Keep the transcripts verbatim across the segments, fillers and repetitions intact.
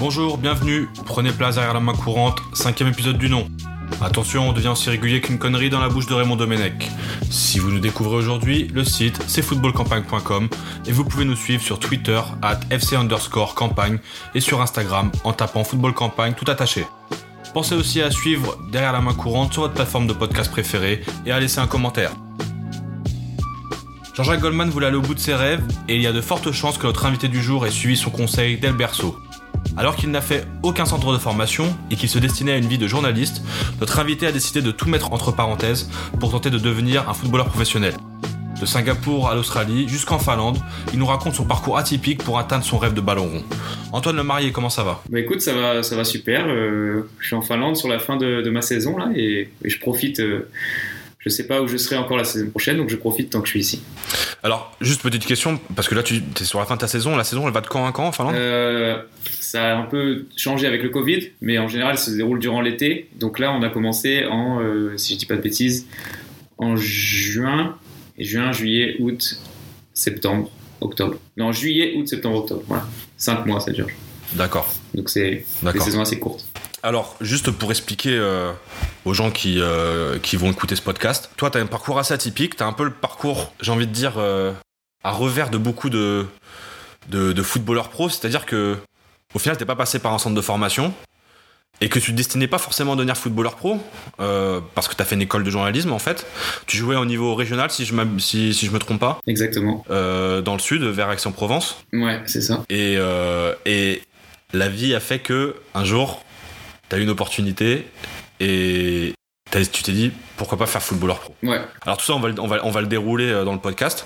Bonjour, bienvenue, prenez place derrière la main courante, cinquième épisode du nom. Attention, on devient aussi régulier qu'une connerie dans la bouche de Raymond Domenech. Si vous nous découvrez aujourd'hui, le site c'est football campagne point com et vous pouvez nous suivre sur Twitter arobase F C underscore campagne et sur Instagram en tapant Football Campagne tout attaché. Pensez aussi à suivre Derrière la main courante sur votre plateforme de podcast préférée et à laisser un commentaire. Jean-Jacques Goldman voulait aller au bout de ses rêves et il y a de fortes chances que notre invité du jour ait suivi son conseil dès le berceau. Alors qu'il n'a fait aucun centre de formation et qu'il se destinait à une vie de journaliste, notre invité a décidé de tout mettre entre parenthèses pour tenter de devenir un footballeur professionnel. De Singapour à l'Australie jusqu'en Finlande, il nous raconte son parcours atypique pour atteindre son rêve de ballon rond. Antoine Lemarié, comment ça va ? Bah écoute, ça va, ça va super. Euh, je suis en Finlande sur la fin de, de ma saison là et, et je profite. Euh, je sais pas où je serai encore la saison prochaine, donc je profite tant que je suis ici. Alors, juste petite question, parce que là tu es sur la fin de ta saison. La saison, elle va de quand à quand en Finlande ? euh, Ça a un peu changé avec le Covid, mais en général, ça se déroule durant l'été. Donc là, on a commencé en, euh, si je dis pas de bêtises, en juin, et juin, juillet, août, septembre, octobre. Non, juillet, août, septembre, octobre. Voilà, cinq mois ça dure. D'accord. Donc c'est D'accord. des saisons assez courtes. Alors, juste pour expliquer euh, aux gens qui, euh, qui vont écouter ce podcast, toi, tu as un parcours assez atypique, tu as un peu le parcours, j'ai envie de dire, euh, à revers de beaucoup de, de, de footballeurs pros, c'est-à-dire que au final, tu n'es pas passé par un centre de formation et que tu ne te destinais pas forcément à devenir footballeur pro, euh, parce que tu as fait une école de journalisme, en fait. Tu jouais au niveau régional, si je ne si, si je me trompe pas. Exactement. Euh, dans le sud, vers Aix-en-Provence. Ouais, c'est ça. Et, euh, et la vie a fait que un jour, t'as eu une opportunité et tu t'es dit pourquoi pas faire footballeur pro. Ouais. Alors tout ça on va, on va, on va le dérouler dans le podcast.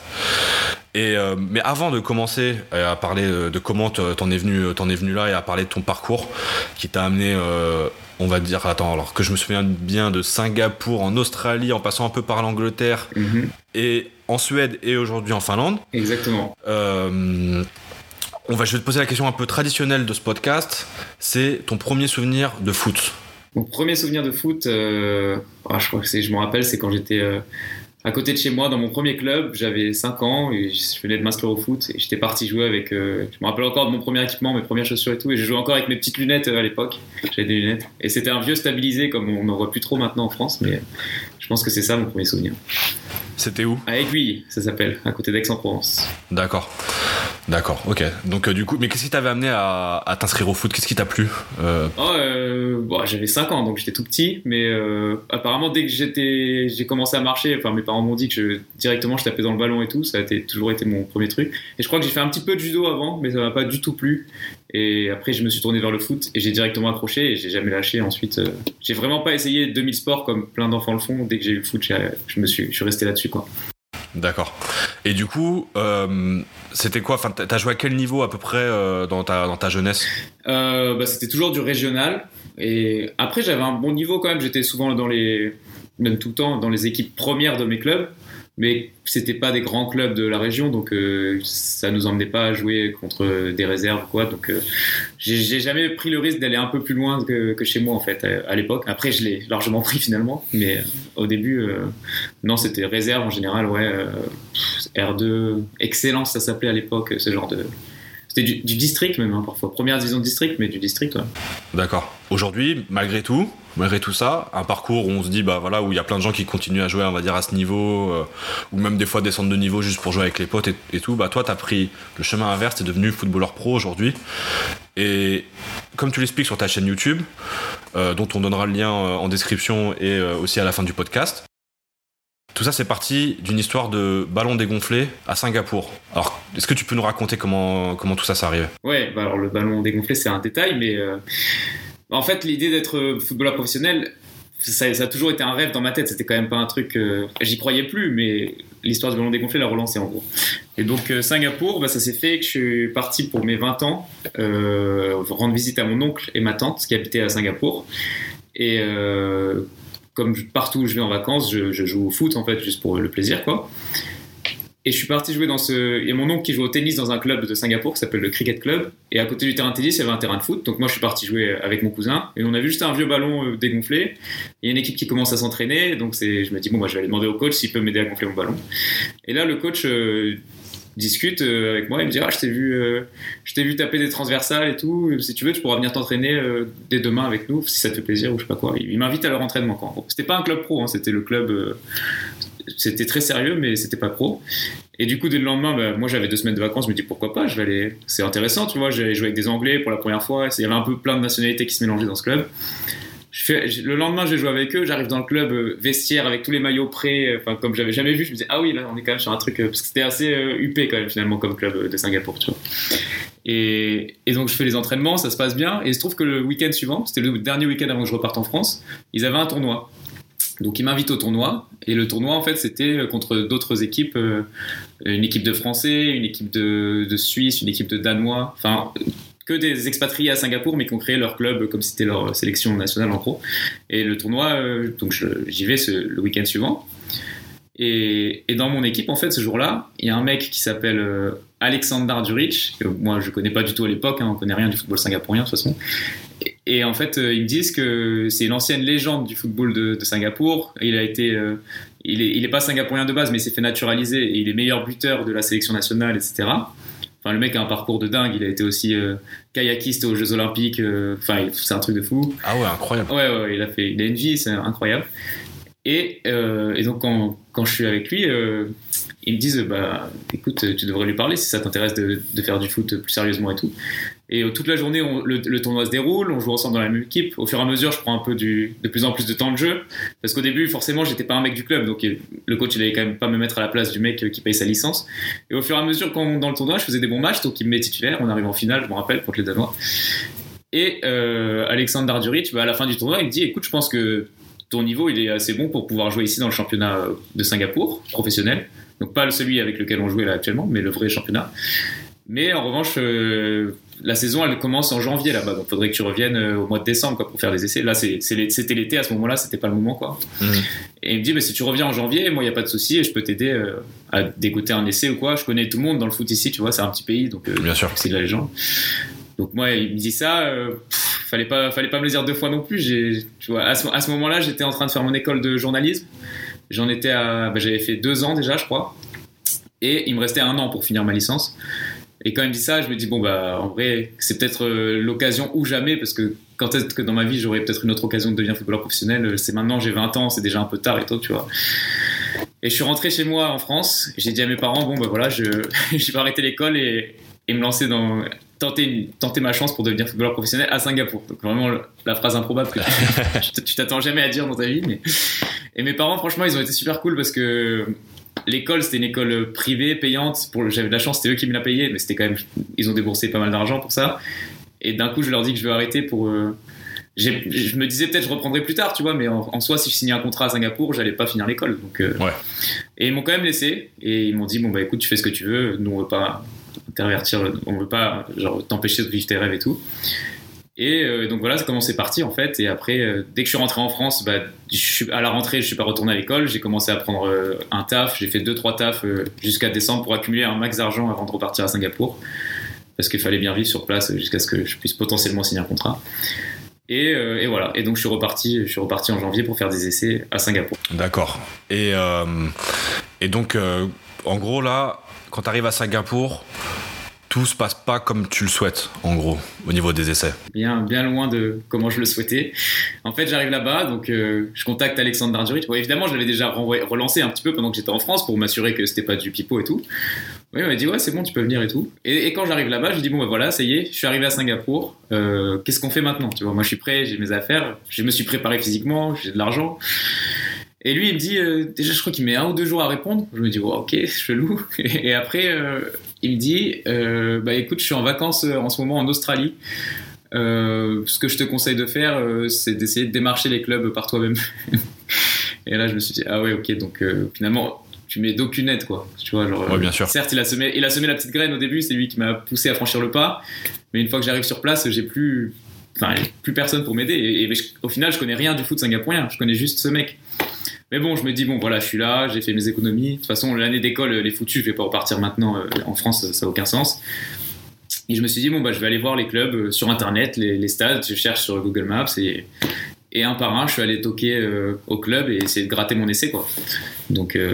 Et euh, mais avant de commencer à parler de comment t'en es venu, t'en es venu là et à parler de ton parcours qui t'a amené, euh, on va dire, attends, alors que je me souviens bien de Singapour, en Australie, en passant un peu par l'Angleterre mm-hmm. et en Suède et aujourd'hui en Finlande. Exactement. Euh, On va, je vais te poser la question un peu traditionnelle de ce podcast. C'est ton premier souvenir de foot. Mon premier souvenir de foot, euh, ah, je crois que c'est, je me rappelle, c'est quand j'étais euh, à côté de chez moi dans mon premier club. J'avais cinq ans et je venais de m'inscrire au foot et j'étais parti jouer avec. Euh, je me rappelle encore de mon premier équipement, mes premières chaussures et tout. Et je jouais encore avec mes petites lunettes euh, à l'époque. J'avais des lunettes et c'était un vieux stabilisé comme on n'en voit plus trop maintenant en France, mais je pense que c'est ça mon premier souvenir. C'était où ? À Aiguille, ça s'appelle, à côté d'Aix-en-Provence. D'accord. D'accord, ok. Donc euh, du coup, mais qu'est-ce qui t'avait amené à, à t'inscrire au foot ? Qu'est-ce qui t'a plu ? euh... Oh, euh, bon, j'avais cinq ans, donc j'étais tout petit, mais euh, apparemment dès que j'étais, j'ai commencé à marcher, enfin mes parents m'ont dit que je, directement je tapais dans le ballon et tout, ça a été, toujours été mon premier truc. Et je crois que j'ai fait un petit peu de judo avant, mais ça m'a pas du tout plu. Et après je me suis tourné vers le foot et j'ai directement accroché et j'ai jamais lâché. Ensuite, euh, j'ai vraiment pas essayé deux mille sports comme plein d'enfants le font. Dès que j'ai eu le foot, j'ai, je me suis, je suis resté là-dessus, quoi. D'accord. Et du coup, euh, c'était quoi ? Enfin, t'as joué à quel niveau à peu près euh, dans ta dans ta jeunesse ? euh, bah, C'était toujours du régional. Et après, j'avais un bon niveau quand même. J'étais souvent dans les, même tout le temps, dans les équipes premières de mes clubs. Mais c'était pas des grands clubs de la région, donc euh, ça nous emmenait pas à jouer contre des réserves ou quoi. Donc euh, j'ai, j'ai jamais pris le risque d'aller un peu plus loin que, que chez moi en fait à, à l'époque. Après je l'ai largement pris finalement, mais euh, au début euh, non, c'était réserve en général, ouais. Euh, R deux, Excellence ça s'appelait à l'époque, ce genre de. C'était du, du district même, hein, parfois. Première division de district, mais du district, ouais. D'accord. Aujourd'hui, malgré tout, malgré tout ça, un parcours où on se dit, bah voilà, où il y a plein de gens qui continuent à jouer, on va dire, à ce niveau, euh, ou même des fois descendre de niveau juste pour jouer avec les potes et, et tout, bah toi, t'as pris le chemin inverse, t'es devenu footballeur pro aujourd'hui. Et comme tu l'expliques sur ta chaîne YouTube, euh, dont on donnera le lien en description et euh, aussi à la fin du podcast, tout ça, c'est parti d'une histoire de ballon dégonflé à Singapour. Alors, est-ce que tu peux nous raconter comment, comment tout ça s'est arrivé ? Ouais, bah alors le ballon dégonflé, c'est un détail, mais euh, en fait, l'idée d'être footballeur professionnel, ça, ça a toujours été un rêve dans ma tête. C'était quand même pas un truc... Euh, j'y croyais plus, mais l'histoire du ballon dégonflé l'a relancé, en gros. Et donc, euh, Singapour, bah, ça s'est fait que je suis parti pour mes vingt ans euh, rendre visite à mon oncle et ma tante qui habitaient à Singapour. Et... Euh, comme partout où je vais en vacances, je, je joue au foot en fait, juste pour le plaisir, quoi. Et je suis parti jouer dans ce... Il y a mon oncle qui joue au tennis dans un club de Singapour qui s'appelle le Cricket Club. Et à côté du terrain de tennis, il y avait un terrain de foot. Donc moi, je suis parti jouer avec mon cousin. Et on a vu juste un vieux ballon dégonflé. Il y a une équipe qui commence à s'entraîner. Donc c'est... je me dis, bon, bah, je vais aller demander au coach s'il peut m'aider à gonfler mon ballon. Et là, le coach... Euh... discute euh, avec moi, il me dit ah je t'ai vu euh, je t'ai vu taper des transversales et tout, si tu veux tu pourras venir t'entraîner euh, dès demain avec nous si ça te fait plaisir ou je sais pas quoi. Il, il m'invite à leur entraînement quoi. C'était pas un club pro, hein, c'était le club euh, c'était très sérieux mais c'était pas pro. Et du coup dès le lendemain bah, moi j'avais deux semaines de vacances, je me dis pourquoi pas, je vais aller, c'est intéressant tu vois, j'allais jouer avec des Anglais pour la première fois, il y avait un peu plein de nationalités qui se mélangeaient dans ce club. Je fais, le lendemain, j'ai joué avec eux. J'arrive dans le club euh, vestiaire avec tous les maillots prêts, enfin comme j'avais jamais vu. Je me disais ah oui là, on est quand même sur un truc euh, parce que c'était assez euh, huppé quand même finalement comme club euh, de Singapour, tu vois. Et, et donc je fais les entraînements, ça se passe bien. Et il se trouve que le week-end suivant, c'était le dernier week-end avant que je reparte en France, ils avaient un tournoi. Donc ils m'invitent au tournoi. Et le tournoi en fait c'était contre d'autres équipes, euh, une équipe de Français, une équipe de, de Suisse, une équipe de Danois. Enfin que des expatriés à Singapour, mais qui ont créé leur club comme si c'était leur sélection nationale en gros. Et le tournoi, euh, donc je, j'y vais ce, le week-end suivant. Et, et dans mon équipe, en fait, ce jour-là, il y a un mec qui s'appelle euh, Aleksandar Duric, que moi je connais pas du tout à l'époque, hein, on connaît rien du football singapourien de toute façon. Et, et en fait, euh, ils me disent que c'est une ancienne légende du football de, de Singapour. Il a été, euh, il est, il est pas singapourien de base, mais il s'est fait naturaliser et il est meilleur buteur de la sélection nationale, et cetera. Enfin, le mec a un parcours de dingue, il a été aussi euh, kayakiste aux Jeux Olympiques, enfin, euh, c'est un truc de fou. Ah ouais, incroyable. Ouais, ouais, il a, fait, il a une vie, c'est incroyable. Et, euh, et donc, quand, quand je suis avec lui, euh, ils me disent bah, écoute, tu devrais lui parler si ça t'intéresse de, de faire du foot plus sérieusement et tout. Et euh, toute la journée, on, le, le tournoi se déroule, on joue ensemble dans la même équipe. Au fur et à mesure, je prends un peu du, de plus en plus de temps de jeu. Parce qu'au début, forcément, j'étais pas un mec du club. Donc le coach, il allait quand même pas me mettre à la place du mec qui paye sa licence. Et au fur et à mesure, quand dans le tournoi, je faisais des bons matchs. Donc il me met titulaire. On arrive en finale, je me rappelle, contre les Danois. Et euh, Aleksandar Duric, bah, à la fin du tournoi, il me dit écoute, je pense que ton niveau, il est assez bon pour pouvoir jouer ici dans le championnat de Singapour, professionnel. Donc pas celui avec lequel on jouait là actuellement, mais le vrai championnat. Mais en revanche, euh, la saison, elle commence en janvier là-bas, donc il faudrait que tu reviennes euh, au mois de décembre quoi, pour faire les essais. Là, c'est, c'est, c'était l'été, à ce moment-là, c'était pas le moment. Quoi. Mmh. Et il me dit, bah, si tu reviens en janvier, moi, il n'y a pas de souci, et je peux t'aider euh, à dégoter un essai ou quoi. Je connais tout le monde dans le foot ici, tu vois, c'est un petit pays, donc euh, bien sûr. C'est de la légende. Donc moi, il me dit ça, euh, pff, fallait pas, fallait pas me le dire deux fois non plus. J'ai, tu vois, à ce, à ce moment-là, j'étais en train de faire mon école de journalisme. J'en étais à, bah, j'avais fait deux ans déjà, je crois, et il me restait un an pour finir ma licence. Et quand il me dit ça, je me dis bon bah en vrai, c'est peut-être euh, l'occasion ou jamais, parce que quand est-ce que dans ma vie j'aurais peut-être une autre occasion de devenir footballeur professionnel, c'est maintenant, j'ai vingt ans, c'est déjà un peu tard et tout, tu vois. Et je suis rentré chez moi en France. J'ai dit à mes parents bon bah voilà, je, je vais arrêter l'école et, et me lancer dans tenter, tenter ma chance pour devenir footballeur professionnel à Singapour. Donc vraiment la phrase improbable que tu, tu t'attends jamais à dire dans ta vie. Mais... Et mes parents, franchement, ils ont été super cool parce que l'école, c'était une école privée, payante. Pour, j'avais de la chance, c'était eux qui me la payaient, mais c'était quand même, ils ont déboursé pas mal d'argent pour ça. Et d'un coup, je leur dis que je veux arrêter pour. Euh, j'ai, je me disais peut-être je reprendrai plus tard, tu vois, mais en, en soi, si je signais un contrat à Singapour, j'allais pas finir l'école. Donc, euh, ouais. Et ils m'ont quand même laissé et ils m'ont dit bon bah écoute, tu fais ce que tu veux, nous on veut pas t'intervertir, on veut pas genre t'empêcher de vivre tes rêves et tout. Et euh, donc voilà, c'est comment c'est parti en fait. Et après, euh, dès que je suis rentré en France, bah, je suis, à la rentrée, je suis pas retourné à l'école. J'ai commencé à prendre euh, un taf. J'ai fait deux trois tafs euh, jusqu'à décembre pour accumuler un max d'argent avant de repartir à Singapour, parce qu'il fallait bien vivre sur place jusqu'à ce que je puisse potentiellement signer un contrat. Et, euh, et voilà. Et donc je suis reparti, je suis reparti en janvier pour faire des essais à Singapour. D'accord. Et euh, et donc euh, en gros là, quand tu arrives à Singapour, tout se passe pas comme tu le souhaites, en gros, au niveau des essais. Bien, bien loin de comment je le souhaitais. En fait, j'arrive là-bas, donc euh, je contacte Aleksandar Duric. Bon, évidemment, je l'avais déjà renvoyé, relancé un petit peu pendant que j'étais en France pour m'assurer que c'était pas du pipeau et tout. Oui, il m'a dit ouais, c'est bon, tu peux venir et tout. Et, et quand j'arrive là-bas, je lui dis bon, ben voilà, ça y est, je suis arrivé à Singapour. Euh, qu'est-ce qu'on fait maintenant ? Tu vois, moi, je suis prêt, j'ai mes affaires, je me suis préparé physiquement, j'ai de l'argent. Et lui, il me dit, euh, déjà, je crois qu'il met un ou deux jours à répondre. Je me dis, oh, ok, chelou. Et, et après, euh, il me dit, euh, bah écoute, je suis en vacances euh, en ce moment en Australie. Euh, ce que je te conseille de faire, euh, c'est d'essayer de démarcher les clubs par toi-même. Et là, je me suis dit, ah ouais, ok, donc euh, finalement, tu mets d'aucune aide, quoi. Tu vois, genre, ouais, bien sûr. Certes, il a semé, il a semé la petite graine au début, c'est lui qui m'a poussé à franchir le pas. Mais une fois que j'arrive sur place, j'ai plus, enfin, plus personne pour m'aider. Et, et au final, je connais rien du foot singapourien. Je connais juste ce mec. Mais bon, je me dis, bon, voilà, je suis là, j'ai fait mes économies. De toute façon, l'année d'école, elle est foutue, je vais pas repartir maintenant. Euh, en France, ça n'a aucun sens. Et je me suis dit, bon, bah, je vais aller voir les clubs euh, sur Internet, les, les stades, je cherche sur Google Maps. Et, et un par un, je suis allé toquer euh, au club et essayer de gratter mon essai, quoi. Donc, euh,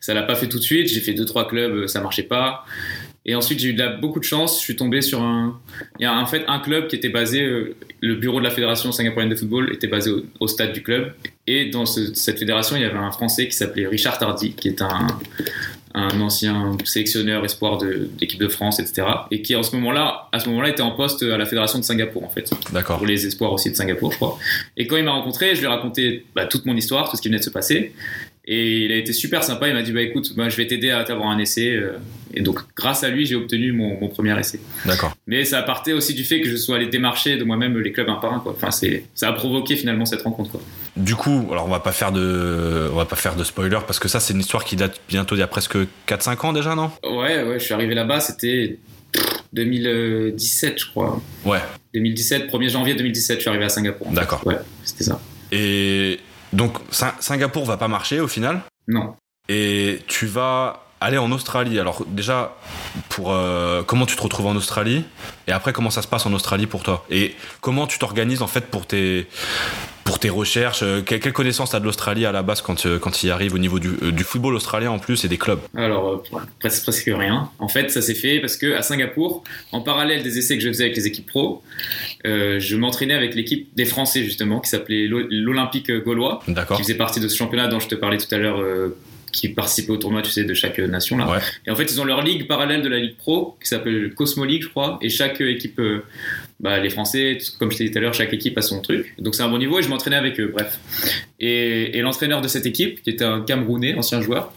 Ça l'a pas fait tout de suite. J'ai fait deux trois clubs, ça marchait pas. Et ensuite, j'ai eu de la, beaucoup de chance. Je suis tombé sur un, il y a en fait un club qui était basé, euh, le bureau de la fédération singapourienne de football était basé au, au stade du club. Et dans ce, cette fédération, il y avait un Français qui s'appelait Richard Tardy, qui est un, un ancien sélectionneur espoir de, d'équipe de France, et cetera. Et qui en ce moment-là, à ce moment-là, était en poste à la fédération de Singapour, en fait. D'accord. Pour les espoirs aussi de Singapour, je crois. Et quand il m'a rencontré, je lui ai raconté bah, toute mon histoire, tout ce qui venait de se passer. Et il a été super sympa. Il m'a dit bah écoute, bah, je vais t'aider à avoir un essai. Et donc grâce à lui, j'ai obtenu mon, mon premier essai. D'accord. Mais ça partait aussi du fait que je sois allé démarcher de moi-même les clubs un par un, quoi. Enfin, c'est, ça a provoqué finalement cette rencontre, quoi. Du coup, alors on va pas faire de, on va pas faire de spoiler parce que ça c'est une histoire qui date bientôt d'il y a presque quatre cinq ans déjà, non? Ouais, ouais. Je suis arrivé là-bas, c'était deux mille dix-sept, je crois. Ouais. deux mille dix-sept, premier janvier deux mille dix-sept, je suis arrivé à Singapour. D'accord. Ouais, c'était ça. Et donc Singapour va pas marcher au final. Non. Et tu vas aller en Australie. Alors déjà, pour euh, comment tu te retrouves en Australie et après comment ça se passe en Australie pour toi et comment tu t'organises en fait pour tes pour tes recherches. Quelle, quelle connaissance tu as de l'Australie à la base quand quand tu y arrives au niveau du, euh, du football australien en plus et des clubs? Alors euh, presque presque rien. En fait, ça s'est fait parce que à Singapour, en parallèle des essais que je faisais avec les équipes pro, euh, je m'entraînais avec l'équipe des Français justement qui s'appelait l'Olympique Gaulois. D'accord. Qui faisait partie de ce championnat dont je te parlais tout à l'heure. Euh, qui participaient au tournoi, tu sais, de chaque nation là. Ouais. Et en fait, ils ont leur ligue parallèle de la Ligue Pro qui s'appelle Cosmo League, je crois. Et chaque équipe, euh, bah, les Français, comme je t'ai dit tout à l'heure, chaque équipe a son truc. Donc c'est un bon niveau et je m'entraînais avec eux. Bref. Et, et l'entraîneur de cette équipe, qui était un Camerounais, ancien joueur,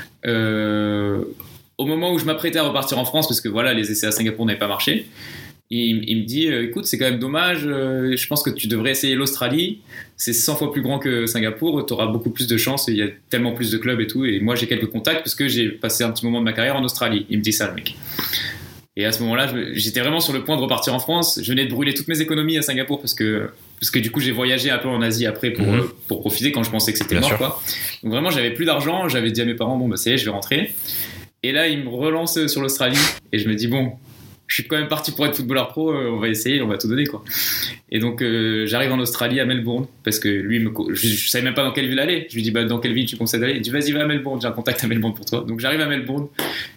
euh, au moment où je m'apprêtais à repartir en France, parce que voilà, les essais à Singapour n'avaient pas marché. Il, il me dit euh, écoute, c'est quand même dommage, euh, je pense que tu devrais essayer l'Australie, c'est cent fois plus grand que Singapour, tu auras beaucoup plus de chance, il y a tellement plus de clubs et tout, et moi j'ai quelques contacts parce que j'ai passé un petit moment de ma carrière en Australie. Il me dit ça, le mec. Et à ce moment-là, je, j'étais vraiment sur le point de repartir en France. Je venais de brûler toutes mes économies à Singapour parce que, parce que du coup j'ai voyagé un peu en Asie après pour, mmh. euh, pour profiter quand je pensais que c'était Bien mort, quoi. Donc vraiment j'avais plus d'argent, j'avais dit à mes parents bon bah ça y est, je vais rentrer. Et là il me relance sur l'Australie et je me dis bon, je suis quand même parti pour être footballeur pro, euh, on va essayer, on va tout donner, quoi. Et donc euh, j'arrive en Australie à Melbourne parce que lui me co- je, je savais même pas dans quelle ville aller. Je lui dis bah dans quelle ville tu conseilles d'aller? Il dit vas-y, va à Melbourne, j'ai un contact à Melbourne pour toi. Donc j'arrive à Melbourne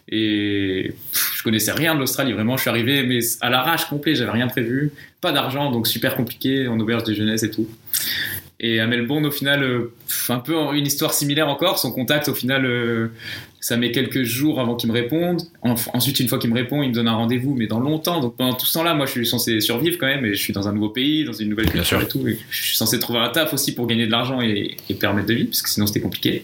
et pff, je connaissais rien de l'Australie, vraiment. Je suis arrivé mais à l'arrache complet, j'avais rien prévu, pas d'argent, donc super compliqué en auberge de jeunesse et tout. Et à Melbourne, au final, euh, un peu une histoire similaire encore. Son contact, au final, euh, ça met quelques jours avant qu'il me réponde. Enf- ensuite, une fois qu'il me répond, il me donne un rendez-vous, mais dans longtemps. Donc pendant tout ce temps-là, moi, je suis censé survivre quand même. Et je suis dans un nouveau pays, dans une nouvelle culture et tout. Et je suis censé trouver un taf aussi pour gagner de l'argent et, et permettre de vivre, parce que sinon, c'était compliqué.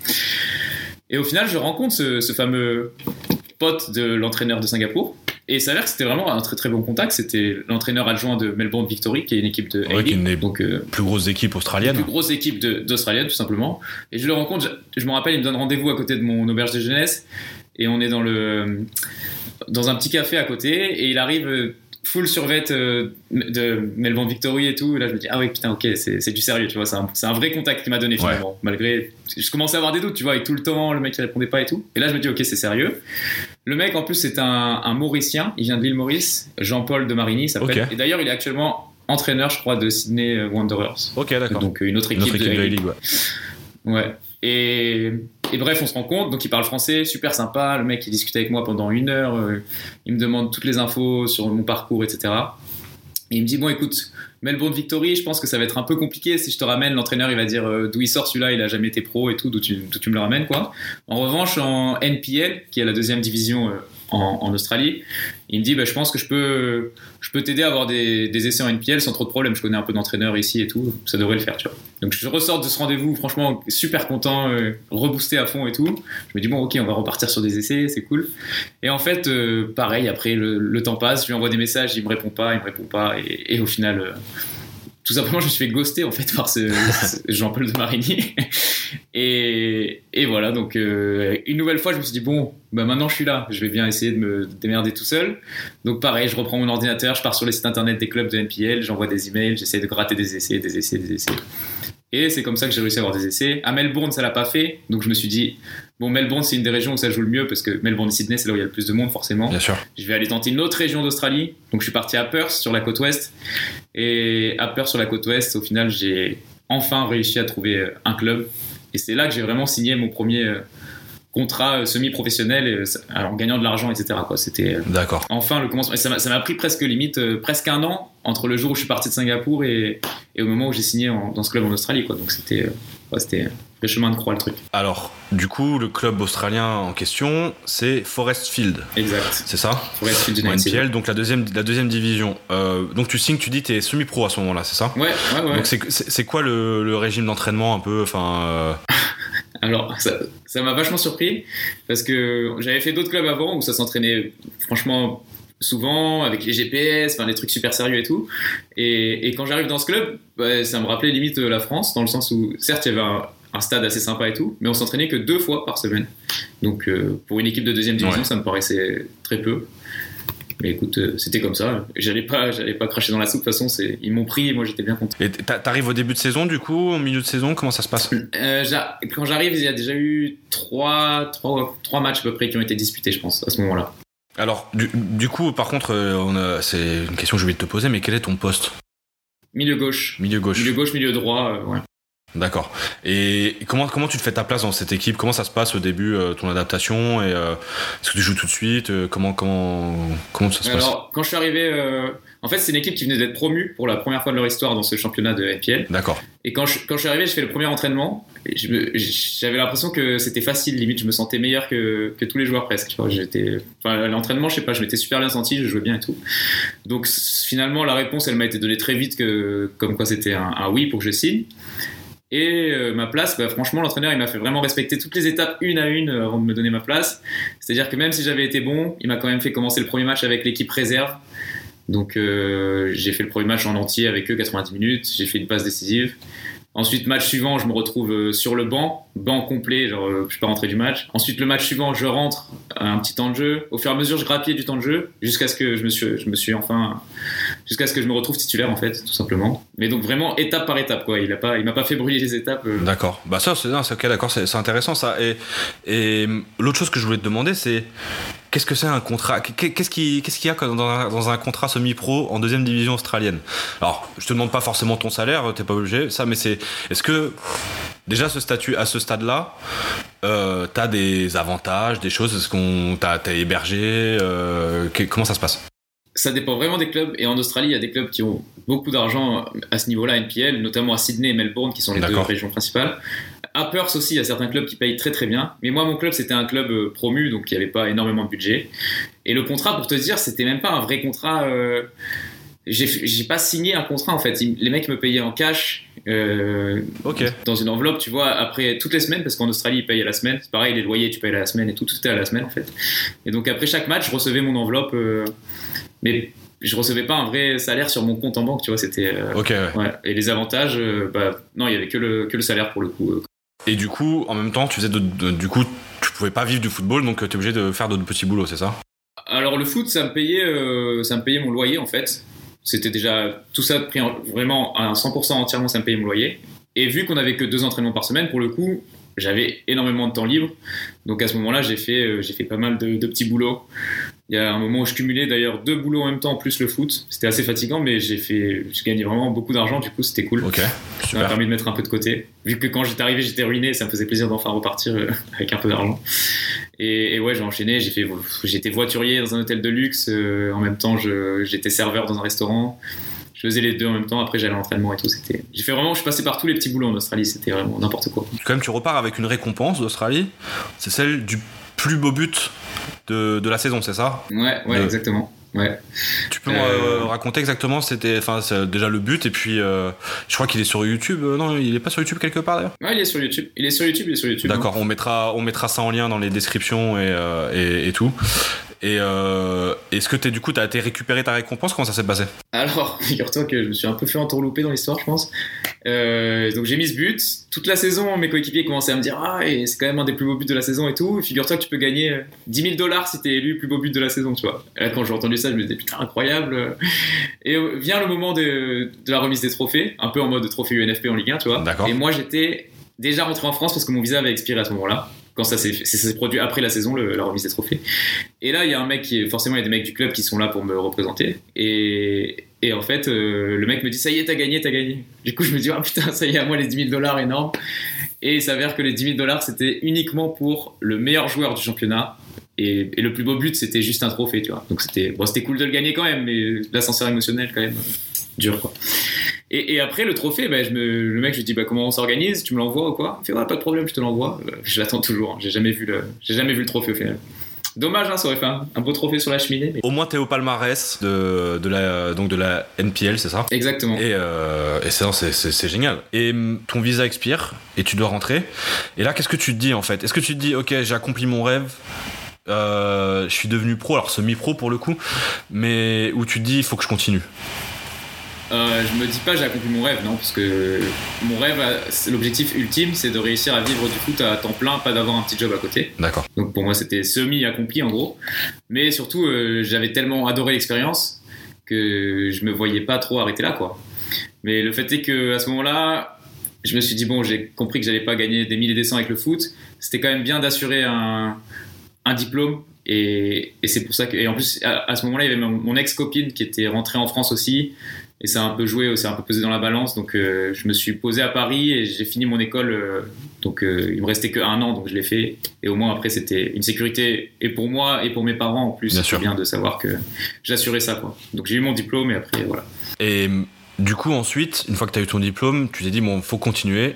Et au final, je rencontre ce, ce fameux pote de l'entraîneur de Singapour. Et il s'avère que c'était vraiment un très très bon contact. C'était l'entraîneur adjoint de Melbourne Victory, qui est une équipe de ouais, qui est une des donc euh, plus grosses équipes australiennes. Plus grosse équipe de, d'Australienne, tout simplement. Et je le rencontre. Je, je me rappelle, il me donne rendez-vous à côté de mon auberge de jeunesse, et on est dans le dans un petit café à côté, et il arrive full survêt euh, de Melbourne Victory et tout. Et là, je me dis ah oui putain, ok, c'est, c'est du sérieux, tu vois. C'est un, c'est un vrai contact qu'il m'a donné finalement, ouais. Malgré, je commençais à avoir des doutes, tu vois, avec tout le temps le mec qui répondait pas et tout. Et là, je me dis ok, c'est sérieux. Le mec, en plus, c'est un, un Mauricien. Il vient de l'île Maurice. Jean-Paul de Marigny, il s'appelle. Okay. Et d'ailleurs, il est actuellement entraîneur, je crois, de Sydney Wanderers. Ok, d'accord. Donc, une autre équipe, une autre équipe de la Ligue. Ouais. ouais. Et, et bref, on se rencontre. Donc, il parle français, super sympa. Le mec, il discute avec moi pendant une heure. Euh, il me demande toutes les infos sur mon parcours, et cetera. Et il me dit bon, écoute, Melbourne Victory, je pense que ça va être un peu compliqué. Si je te ramène, l'entraîneur, il va dire euh, d'où il sort celui-là, il a jamais été pro et tout, d'où tu, d'où tu me le ramènes, quoi. En revanche, en N P L, qui est la deuxième division euh, en, en Australie, il me dit bah, je pense que je peux, je peux t'aider à avoir des, des essais en N P L sans trop de problème. Je connais un peu d'entraîneurs ici et tout, ça devrait le faire, tu vois. Donc je ressors de ce rendez-vous, franchement, super content, euh, reboosté à fond et tout. Je me dis bon, ok, on va repartir sur des essais, c'est cool. Et en fait, euh, pareil, après le, le temps passe, je lui envoie des messages, il me répond pas, il me répond pas, et, et au final. Euh, tout simplement, je me suis fait ghoster en fait par ce, ce Jean-Paul de Marigny. Et, et voilà, donc euh, une nouvelle fois, je me suis dit bon, bah maintenant je suis là, je vais bien essayer de me démerder tout seul. Donc pareil, je reprends mon ordinateur, je pars sur les sites internet des clubs de N P L, j'envoie des emails, j'essaie de gratter des essais, des essais, des essais. Et c'est comme ça que j'ai réussi à avoir des essais. À Melbourne, ça l'a pas fait, donc je me suis dit bon, Melbourne, c'est une des régions où ça joue le mieux parce que Melbourne et Sydney, c'est là où il y a le plus de monde, forcément. Bien sûr. Je vais aller tenter une autre région d'Australie. Donc, je suis parti à Perth, sur la côte ouest. Et à Perth, sur la côte ouest, au final, j'ai enfin réussi à trouver un club. Et c'est là que j'ai vraiment signé mon premier, contrat semi-professionnel, euh, en gagnant de l'argent, et cetera. Quoi. C'était euh, D'accord. Enfin le commencement. Ça m'a, ça m'a pris presque limite euh, presque un an entre le jour où je suis parti de Singapour et, et au moment où j'ai signé en, dans ce club en Australie. Quoi. Donc c'était, euh, ouais, c'était le chemin de croix le truc. Alors, du coup, le club australien en question, c'est Forest Field. Exact. C'est ça? Forest Field en United. N P L, donc la deuxième, la deuxième division. Euh, donc tu signes, tu dis, t'es semi-pro à ce moment-là, c'est ça? Ouais, ouais, ouais. Donc c'est, c'est, c'est quoi le, le régime d'entraînement un peu, enfin. Euh... Alors, ça, ça m'a vachement surpris parce que j'avais fait d'autres clubs avant où ça s'entraînait franchement souvent avec les G P S, enfin des trucs super sérieux et tout. Et, et quand j'arrive dans ce club, bah, ça me rappelait limite la France dans le sens où certes il y avait un, un stade assez sympa et tout, mais on s'entraînait que deux fois par semaine. Donc euh, pour une équipe de deuxième division, ouais. Ça me paraissait très peu. Mais écoute, euh, c'était comme ça. J'allais pas, j'allais pas cracher dans la soupe. De toute façon, c'est, ils m'ont pris et moi j'étais bien content. Et t'arrives au début de saison, du coup, au milieu de saison, comment ça se passe? euh, Quand j'arrive, il y a déjà eu trois, trois, trois matchs à peu près qui ont été disputés, je pense, à ce moment-là. Alors, du, du coup, par contre, on a, c'est une question que je vais te poser, mais quel est ton poste? Milieu gauche. Milieu gauche. Milieu gauche, milieu droit, euh, ouais. D'accord. Et comment, comment tu te fais ta place dans cette équipe? Comment ça se passe au début, euh, ton adaptation? Et, euh, est-ce que tu joues tout de suite? euh, comment, comment, comment ça se Alors, passe? Alors, quand je suis arrivé, euh, en fait, c'est une équipe qui venait d'être promue pour la première fois de leur histoire dans ce championnat de N P L. D'accord. Et quand je, quand je suis arrivé, je fais le premier entraînement. Et je me, j'avais l'impression que c'était facile, limite, je me sentais meilleur que, que tous les joueurs presque. Tu vois, j'étais, enfin, l'entraînement, je sais pas, je m'étais super bien senti, je jouais bien et tout. Donc, finalement, la réponse, elle m'a été donnée très vite, que, comme quoi c'était un, un oui pour que je signe. Et euh, ma place, bah, franchement, l'entraîneur, il m'a fait vraiment respecter toutes les étapes une à une euh, avant de me donner ma place. C'est-à-dire que même si j'avais été bon, il m'a quand même fait commencer le premier match avec l'équipe réserve. Donc, euh, j'ai fait le premier match en entier avec eux, quatre-vingt-dix minutes. J'ai fait une passe décisive. Ensuite, match suivant, je me retrouve sur le banc, banc complet, genre je suis pas rentré du match. Ensuite, le match suivant, je rentre, un petit temps de jeu. Au fur et à mesure, je grappillais du temps de jeu jusqu'à ce que je me suis, je me suis enfin, jusqu'à ce que je me retrouve titulaire en fait, tout simplement. Mais donc vraiment étape par étape, quoi. Il a pas, il m'a pas fait brûler les étapes. Euh... D'accord. Bah ça, c'est, non, c'est ok, d'accord, c'est, c'est intéressant ça. Et, et l'autre chose que je voulais te demander, c'est qu'est-ce que c'est un contrat? Qu'est-ce qu'il, qu'est-ce qu'il y a dans un, dans un contrat semi-pro en deuxième division australienne? Alors, je te demande pas forcément ton salaire, t'es pas obligé, ça, mais c'est, est-ce que déjà ce statut, à ce stade-là, euh, t'as des avantages, des choses? Est-ce qu'on t'as, t'as hébergé? Euh, comment ça se passe? Ça dépend vraiment des clubs. Et en Australie, il y a des clubs qui ont beaucoup d'argent à ce niveau-là, N P L, notamment à Sydney et Melbourne, qui sont les D'accord. deux régions principales. À Perth aussi, il y a certains clubs qui payent très très bien. Mais moi, mon club, c'était un club promu, donc il n'y avait pas énormément de budget. Et le contrat, pour te dire, c'était même pas un vrai contrat. Euh... J'ai, j'ai pas signé un contrat en fait. Les mecs me payaient en cash euh, okay. dans une enveloppe, tu vois, après toutes les semaines, parce qu'en Australie ils payent à la semaine. C'est pareil, les loyers tu payes à la semaine et tout, tout était à la semaine en fait. Et donc après chaque match, je recevais mon enveloppe, euh, mais je recevais pas un vrai salaire sur mon compte en banque, tu vois. C'était. Euh, okay, ouais. Ouais. Et les avantages, euh, bah non, il y avait que le que le salaire pour le coup. Euh. Et du coup, en même temps, tu faisais de, de, du coup, tu pouvais pas vivre du football, donc t'es obligé de faire d'autres petits boulots, c'est ça? Alors le foot, ça me payait, euh, ça me payait mon loyer en fait. C'était déjà tout ça pris en, vraiment à cent pour cent entièrement, ça me payait mon loyer. Et vu qu'on avait que deux entraînements par semaine, pour le coup, j'avais énormément de temps libre. Donc à ce moment-là, j'ai fait, euh, j'ai fait pas mal de, de petits boulots. Il y a un moment où je cumulais d'ailleurs deux boulots en même temps, plus le foot. C'était assez fatigant, mais j'ai fait, j'ai gagné vraiment beaucoup d'argent. Du coup, c'était cool. Ok. Super. Ça m'a permis de mettre un peu de côté. Vu que quand j'étais arrivé, j'étais ruiné, ça me faisait plaisir d'enfin repartir euh, avec un peu d'argent. Et, et ouais, j'ai enchaîné. J'ai fait, j'étais voiturier dans un hôtel de luxe. Euh, en même temps, je, j'étais serveur dans un restaurant. Je faisais les deux en même temps. Après, j'allais à l'entraînement et tout. C'était, j'ai fait vraiment, je suis passé par tous les petits boulots en Australie. C'était vraiment n'importe quoi. Quand même, tu repars avec une récompense d'Australie. C'est celle du plus beau but de, de la saison, c'est ça? Ouais, ouais, euh, exactement. Ouais. Tu peux euh... me raconter exactement, c'était, enfin, c'est déjà le but, et puis euh, je crois qu'il est sur YouTube. Euh, non, il est pas sur YouTube quelque part d'ailleurs. Ouais, il est sur YouTube. Il est sur YouTube, il est sur YouTube. D'accord, hein. on mettra, on mettra ça en lien dans les descriptions et, euh, et, et tout. Et euh, est-ce que t'es, du coup, t'as été récupérer ta récompense? Comment ça s'est passé? Alors, figure-toi que je me suis un peu fait entourlouper dans l'histoire, je pense. Euh, donc j'ai mis ce but. Toute la saison, mes coéquipiers commençaient à me dire ah, et c'est quand même un des plus beaux buts de la saison et tout. Et figure-toi que tu peux gagner dix mille dollars si t'es élu plus beau but de la saison, tu vois. Et là, quand j'ai entendu ça, je me disais putain, incroyable. Et vient le moment de, de la remise des trophées, un peu en mode trophée U N F P en Ligue un, tu vois. D'accord. Et moi, j'étais déjà rentré en France parce que mon visa avait expiré à ce moment-là. Quand ça s'est, ça s'est produit après la saison, le, la remise des trophées. Et là, il y a un mec qui est, forcément, il y a des mecs du club qui sont là pour me représenter. Et, et en fait, euh, le mec me dit, ça y est, t'as gagné, t'as gagné. Du coup, je me dis, ah putain, ça y est, à moi les dix mille dollars, énorme. Et il s'avère que les dix mille dollars, c'était uniquement pour le meilleur joueur du championnat. Et, et le plus beau but, c'était juste un trophée, tu vois. Donc c'était, bon, c'était cool de le gagner quand même, mais l'ascenseur émotionnel, quand même, euh, dur, quoi. Et, et après, le trophée, bah, je me, le mec, je lui dis, bah, comment on s'organise? Tu me l'envoies ou quoi? Il fait, ouais, pas de problème, je te l'envoie. Euh, je l'attends toujours. Hein. J'ai jamais vu le, j'ai jamais vu le trophée au final. Dommage, hein, ça aurait fait un, un beau trophée sur la cheminée. Mais... Au moins, t'es au palmarès de, de, la, donc de la N P L, c'est ça? Exactement. Et, euh, et c'est, c'est, c'est, c'est génial. Et ton visa expire et tu dois rentrer. Et là, qu'est-ce que tu te dis en fait? Est-ce que tu te dis, ok, j'ai accompli mon rêve, euh, je suis devenu pro, alors semi-pro pour le coup, mais où tu te dis, il faut que je continue? Euh, je me dis pas j'ai accompli mon rêve, non, parce que mon rêve, l'objectif ultime, c'est de réussir à vivre du foot à temps plein, pas d'avoir un petit job à côté. D'accord. Donc pour moi, c'était semi-accompli en gros. Mais surtout, euh, j'avais tellement adoré l'expérience que je me voyais pas trop arrêter là, quoi. Mais le fait est que à ce moment-là, je me suis dit bon, j'ai compris que j'allais pas gagner des mille et des cents avec le foot. C'était quand même bien d'assurer un, un diplôme. Et, et c'est pour ça que, et en plus, à, à ce moment-là, il y avait mon, mon ex-copine qui était rentrée en France aussi. Et ça a un peu joué, ça a un peu pesé dans la balance. Donc, euh, je me suis posé à Paris et j'ai fini mon école. Euh, donc, euh, il me restait que un an, donc je l'ai fait. Et au moins, après, c'était une sécurité et pour moi et pour mes parents en plus. C'est bien de savoir que j'assurais ça, quoi. Donc, j'ai eu mon diplôme et après, voilà. Et du coup, ensuite, une fois que tu as eu ton diplôme, tu t'es dit, bon, faut continuer.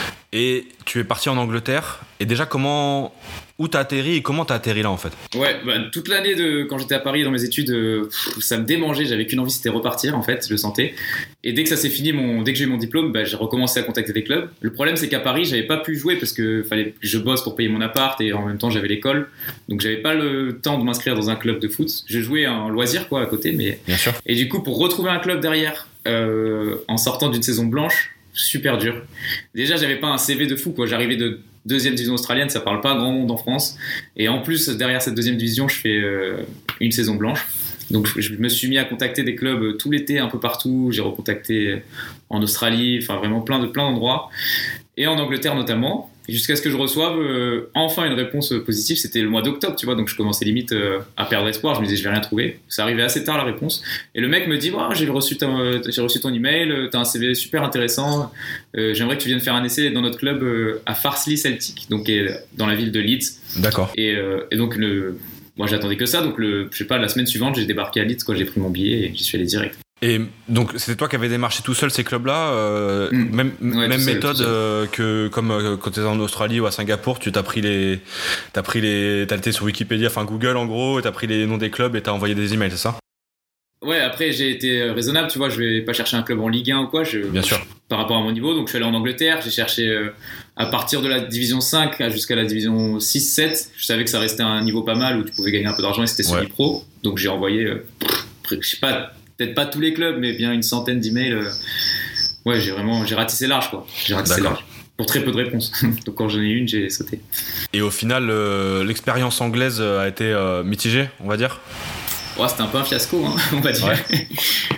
Et tu es parti en Angleterre. Et déjà, comment... Où t'as atterri et comment t'as atterri là en fait? Ouais, bah, toute l'année de quand j'étais à Paris dans mes études, euh, pff, ça me démangeait. J'avais qu'une envie, c'était repartir en fait. Je le sentais. Et dès que ça s'est fini, mon, dès que j'ai eu mon diplôme, bah, j'ai recommencé à contacter des clubs. Le problème, c'est qu'à Paris, j'avais pas pu jouer parce que fallait que je bosse pour payer mon appart et en même temps j'avais l'école. Donc j'avais pas le temps de m'inscrire dans un club de foot. Je jouais en loisir quoi à côté, mais. Bien sûr. Et du coup, pour retrouver un club derrière, euh, en sortant d'une saison blanche, super dur. Déjà, j'avais pas un C V de fou quoi. J'arrivais de deuxième division australienne, ça parle pas à grand monde en France. Et en plus, derrière cette deuxième division, je fais euh, une saison blanche. Donc, je me suis mis à contacter des clubs tout l'été, un peu partout. J'ai recontacté en Australie, enfin vraiment plein de plein d'endroits. Et en Angleterre notamment. Jusqu'à ce que je reçoive euh, enfin une réponse positive. C'était le mois d'octobre, tu vois, donc je commençais limite euh, à perdre espoir. Je me disais, je vais rien trouver. Ça arrivait assez tard la réponse. Et le mec me dit, oh, j'ai reçu, ta, j'ai reçu ton email, t'as un C V super intéressant. Euh, j'aimerais que tu viennes faire un essai dans notre club euh, à Farsley Celtic, donc est dans la ville de Leeds. D'accord. Et, euh, et donc le, moi j'attendais que ça. Donc le, je sais pas, la semaine suivante, j'ai débarqué à Leeds, quoi. J'ai pris mon billet et j'y suis allé direct. Et donc c'était toi qui avais démarché tout seul ces clubs-là, euh, mmh. même, ouais, même seul, méthode euh, que comme euh, quand tu étais en Australie ou à Singapour, tu t'as pris les, t'as pris les, t'as été sur Wikipédia, enfin Google en gros, et t'as pris les noms des clubs et t'as envoyé des emails, c'est ça? Ouais, après j'ai été raisonnable, tu vois, je vais pas chercher un club en Ligue un ou quoi, je, bien sûr, par rapport à mon niveau. Donc je suis allé en Angleterre, j'ai cherché euh, à partir de la division cinq jusqu'à la division six sept. Je savais que ça restait un niveau pas mal où tu pouvais gagner un peu d'argent et c'était semi-pro. Ouais. Donc j'ai envoyé, euh, je sais pas. Peut-être pas tous les clubs, mais bien une centaine d'emails. Euh... Ouais, j'ai vraiment, j'ai ratissé large, quoi. J'ai ratissé D'accord. large. Pour très peu de réponses. Donc quand j'en ai eu une, j'ai sauté. Et au final, euh, l'expérience anglaise a été euh, mitigée, on va dire? Ouais, c'était un peu un fiasco, hein, on va dire. Ouais.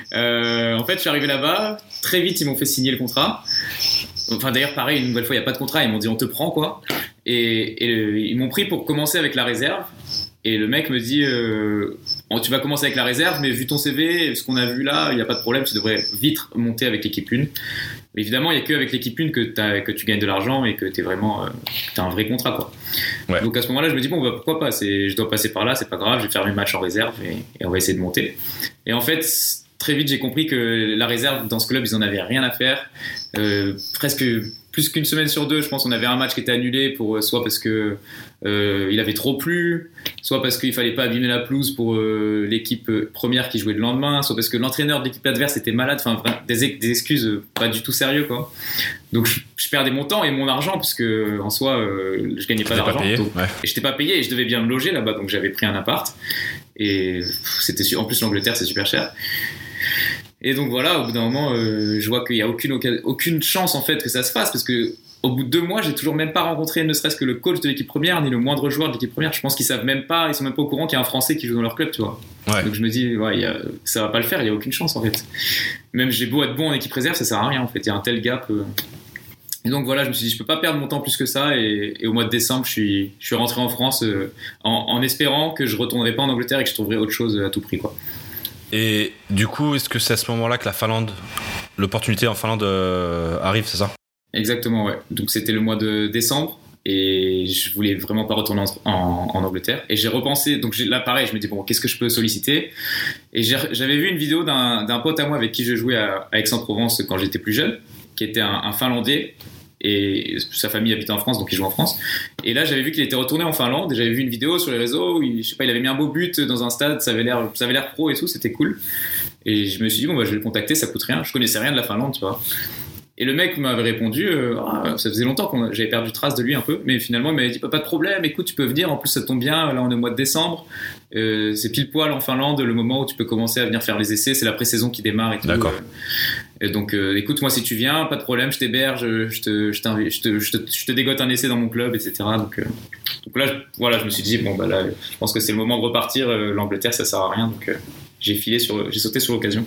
euh, en fait, je suis arrivé là-bas. Très vite, ils m'ont fait signer le contrat. Enfin, d'ailleurs, pareil, une nouvelle fois, il n'y a pas de contrat. Ils m'ont dit, on te prend, quoi. Et, et ils m'ont pris pour commencer avec la réserve. Et le mec me dit euh, tu vas commencer avec la réserve, mais vu ton C V, ce qu'on a vu là, il n'y a pas de problème, tu devrais vite monter avec l'équipe une. Mais évidemment, il n'y a qu'avec l'équipe une que, que tu gagnes de l'argent et que tu vraiment, euh, as un vrai contrat, quoi. Ouais. Donc à ce moment-là, je me dis bon, bah, pourquoi pas, c'est, je dois passer par là, c'est pas grave, je vais faire mes matchs en réserve et, et on va essayer de monter. Et en fait, très vite, j'ai compris que la réserve dans ce club, ils en avaient rien à faire. Euh, presque plus qu'une semaine sur deux, je pense, on avait un match qui était annulé pour soit parce que euh, il avait trop plu, soit parce qu'il fallait pas abîmer la pelouse pour euh, l'équipe première qui jouait le lendemain, soit parce que l'entraîneur de l'équipe adverse était malade. Enfin, des, des excuses pas du tout sérieux, quoi. Donc je, je perdais mon temps et mon argent parce que en soi, euh, je gagnais pas d'argent. Pas payé, donc, ouais. Et j'étais pas payé et je devais bien me loger là-bas, donc j'avais pris un appart et c'était en plus l'Angleterre, c'est super cher. Et donc voilà, au bout d'un moment, euh, je vois qu'il n'y a aucune, aucune chance en fait que ça se fasse parce que au bout de deux mois, j'ai toujours même pas rencontré ne serait-ce que le coach de l'équipe première ni le moindre joueur de l'équipe première. Je pense qu'ils savent même pas, ils sont même pas au courant qu'il y a un Français qui joue dans leur club, tu vois. Ouais. Donc je me dis, ouais, y a, ça va pas le faire, il y a aucune chance en fait. Même j'ai beau être bon en équipe réserve, ça sert à rien en fait. Il y a un tel gap. Euh... Et donc voilà, je me suis dit, je peux pas perdre mon temps plus que ça. Et, et au mois de décembre, je suis, je suis rentré en France euh, en, en espérant que je retournerai pas en Angleterre et que je trouverais autre chose à tout prix, quoi. Et du coup, est-ce que c'est à ce moment-là que la Finlande, l'opportunité en Finlande euh, arrive, c'est ça? Exactement, ouais. Donc c'était le mois de décembre. Et je voulais vraiment pas retourner en, en, en Angleterre. Et j'ai repensé, donc j'ai, là pareil, je me dis bon, qu'est-ce que je peux solliciter? Et j'ai, j'avais vu une vidéo d'un, d'un pote à moi avec qui je jouais à, à Aix-en-Provence quand j'étais plus jeune, qui était un, un Finlandais. Et sa famille habitait en France, donc il joue en France. Et là, j'avais vu qu'il était retourné en Finlande. Et j'avais vu une vidéo sur les réseaux où il, je sais pas, il avait mis un beau but dans un stade, ça avait l'air, ça avait l'air pro et tout, c'était cool. Et je me suis dit bon, bah, je vais le contacter, ça coûte rien. Je connaissais rien de la Finlande, tu vois. Et le mec m'avait répondu, euh, ah, ça faisait longtemps que j'avais perdu trace de lui un peu, mais finalement il m'avait dit pas de problème, écoute, tu peux venir, en plus ça tombe bien, là on est au mois de décembre, euh, c'est pile poil en Finlande le moment où tu peux commencer à venir faire les essais, c'est la pré-saison qui démarre et tout. D'accord. Et donc euh, écoute, moi si tu viens, pas de problème, je t'héberge, je te, je, je, te, je, te, je te dégote un essai dans mon club, et cetera. Donc, euh, donc là, je, voilà, je me suis dit, bon bah là, je pense que c'est le moment de repartir, euh, l'Angleterre ça sert à rien, donc... Euh, j'ai filé sur, j'ai sauté sur l'occasion.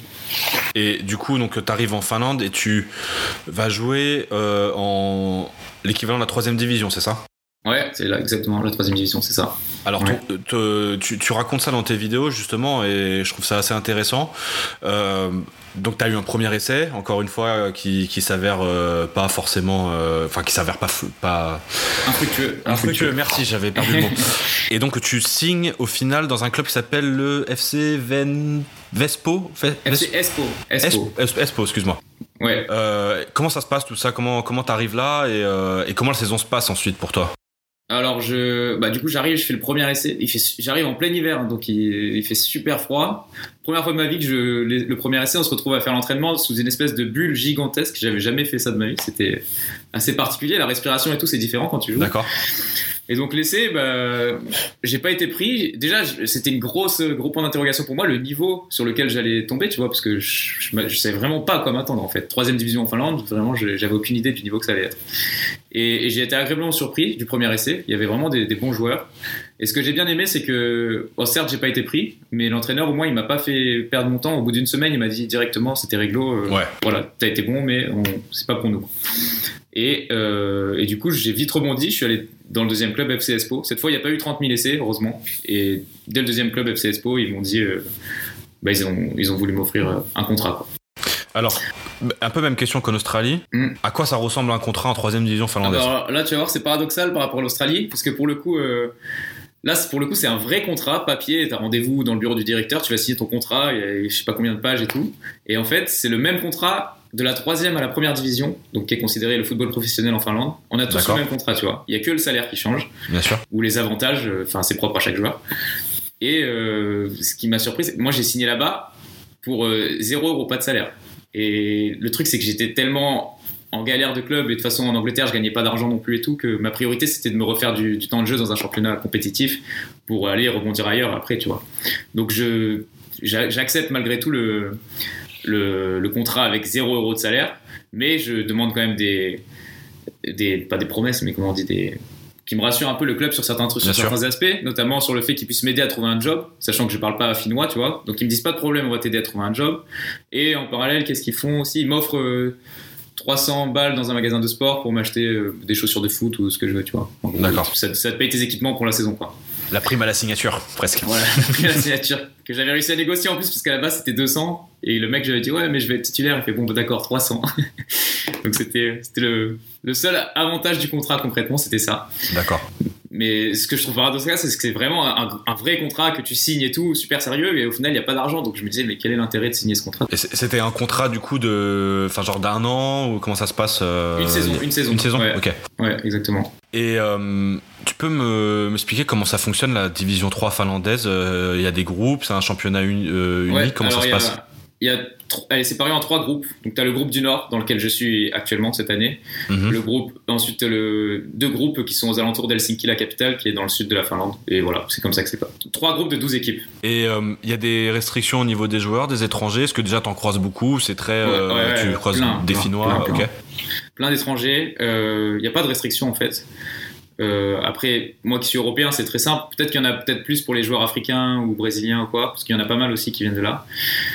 Et du coup, donc tu arrives en Finlande et tu vas jouer euh, en l'équivalent de la troisième division, c'est ça? Ouais, c'est là exactement la troisième division, c'est ça. Alors ouais. ton, te, tu, tu racontes ça dans tes vidéos justement et je trouve ça assez intéressant. Euh, donc tu as eu un premier essai, encore une fois, qui, qui s'avère euh, pas forcément, enfin euh, qui s'avère pas pas infructueux. Infructueux, merci, j'avais perdu le mot. Et donc tu signes au final dans un club qui s'appelle le F C Ven... Vespo F C Espoo. Espoo, Espoo, excuse-moi. Ouais. Euh, comment ça se passe tout ça? Comment comment t'arrives là et, euh, et comment la saison se passe ensuite pour toi? Alors je, bah du coup j'arrive, je fais le premier essai. Il fait, j'arrive en plein hiver, donc il, il fait super froid. Première fois de ma vie que je, le, le premier essai, on se retrouve à faire l'entraînement sous une espèce de bulle gigantesque. J'avais jamais fait ça de ma vie. C'était assez particulier. La respiration et tout, c'est différent quand tu joues. D'accord. Et donc l'essai, bah, j'ai pas été pris. Déjà, c'était une grosse gros point d'interrogation pour moi, le niveau sur lequel j'allais tomber, tu vois, parce que je, je, je savais vraiment pas quoi m'attendre en fait. Troisième division en Finlande, vraiment, je, j'avais aucune idée du niveau que ça allait être. Et, et j'ai été agréablement surpris du premier essai. Il y avait vraiment des, des bons joueurs. Et ce que j'ai bien aimé, c'est que, bon, certes, j'ai pas été pris, mais l'entraîneur, au moins, il m'a pas fait perdre mon temps. Au bout d'une semaine, il m'a dit directement, c'était réglo. Euh, ouais. Voilà, t'as été bon, mais on, c'est pas pour nous. Et, euh, et du coup, j'ai vite rebondi. Je suis allé dans le deuxième club F C Espoo. Cette fois, il n'y a pas eu trente mille essais, heureusement. Et dès le deuxième club F C Espoo, ils m'ont dit, euh, bah, ils ont, ils ont voulu m'offrir un contrat, quoi. Alors, un peu même question qu'en Australie. Mm. À quoi ça ressemble un contrat en troisième division finlandaise? Alors là, tu vas voir, c'est paradoxal par rapport à l'Australie, parce que pour le coup, euh, là, pour le coup, c'est un vrai contrat papier. T'as rendez-vous dans le bureau du directeur, tu vas signer ton contrat, il y a je sais pas combien de pages et tout. Et en fait, c'est le même contrat de la troisième à la première division, donc qui est considéré le football professionnel en Finlande. On a tous D'accord. le même contrat, tu vois. Il y a que le salaire qui change. Bien sûr. Ou les avantages, enfin, euh, c'est propre à chaque joueur. Et euh, ce qui m'a surpris, c'est que moi, j'ai signé là-bas pour euh, zéro euro, pas de salaire. Et le truc, c'est que j'étais tellement en galère de club, et de toute façon, en Angleterre, je gagnais pas d'argent non plus et tout, que ma priorité, c'était de me refaire du, du temps de jeu dans un championnat compétitif pour aller rebondir ailleurs après, tu vois. Donc, je, j'accepte malgré tout le, le, le contrat avec zéro euro de salaire, mais je demande quand même des, des pas des promesses, mais comment on dit, des... qui me rassure un peu le club sur certains trucs, sur certains aspects, notamment sur le fait qu'ils puissent m'aider à trouver un job, sachant que je parle pas finnois, tu vois. Donc ils me disent pas de problème, on va t'aider à trouver un job. Et en parallèle, qu'est-ce qu'ils font aussi? Ils m'offrent euh, trois cents balles dans un magasin de sport pour m'acheter euh, des chaussures de foot ou ce que je veux, tu vois. En gros, D'accord. Ça, ça te paye tes équipements pour la saison, quoi. La prime à la signature, presque. Voilà, la prime à la signature que j'avais réussi à négocier en plus, parce qu'à la base c'était deux cents, et le mec, j'avais dit ouais, mais je vais être titulaire. Il fait bon, bah, d'accord, trois cents. Donc c'était, c'était le, le seul avantage du contrat concrètement, c'était ça. D'accord. Mais ce que je trouve paradoxal, c'est que c'est vraiment un, un vrai contrat que tu signes et tout, super sérieux, et au final il n'y a pas d'argent. Donc je me disais, mais quel est l'intérêt de signer ce contrat? Et c'était un contrat du coup de, enfin genre d'un an, ou comment ça se passe? euh... Une saison, une saison. Une saison, ouais. Ok. Ouais, exactement. Et euh, tu peux me, m'expliquer comment ça fonctionne la division trois finlandaise? Il euh, y a des groupes, c'est un championnat uni, euh, unique, ouais, comment ça se passe? A... Il y a, elle est séparée en trois groupes. Donc, tu as le groupe du Nord, dans lequel je suis actuellement cette année. Mm-hmm. Le groupe, ensuite, le, deux groupes qui sont aux alentours d'Helsinki, la capitale, qui est dans le sud de la Finlande. Et voilà, c'est comme ça que c'est pas. Trois groupes de douze équipes. Et il euh, y a des restrictions au niveau des joueurs, des étrangers? Est-ce que déjà t'en croises beaucoup? C'est très. Ouais, euh, ouais, tu ouais, croises plein, des plein, Finnois? Plein, plein. Ok. Plein d'étrangers. Il euh, n'y a pas de restrictions en fait. Euh, après, moi qui suis européen, c'est très simple. Peut-être qu'il y en a peut-être plus pour les joueurs africains ou brésiliens ou quoi, parce qu'il y en a pas mal aussi qui viennent de là.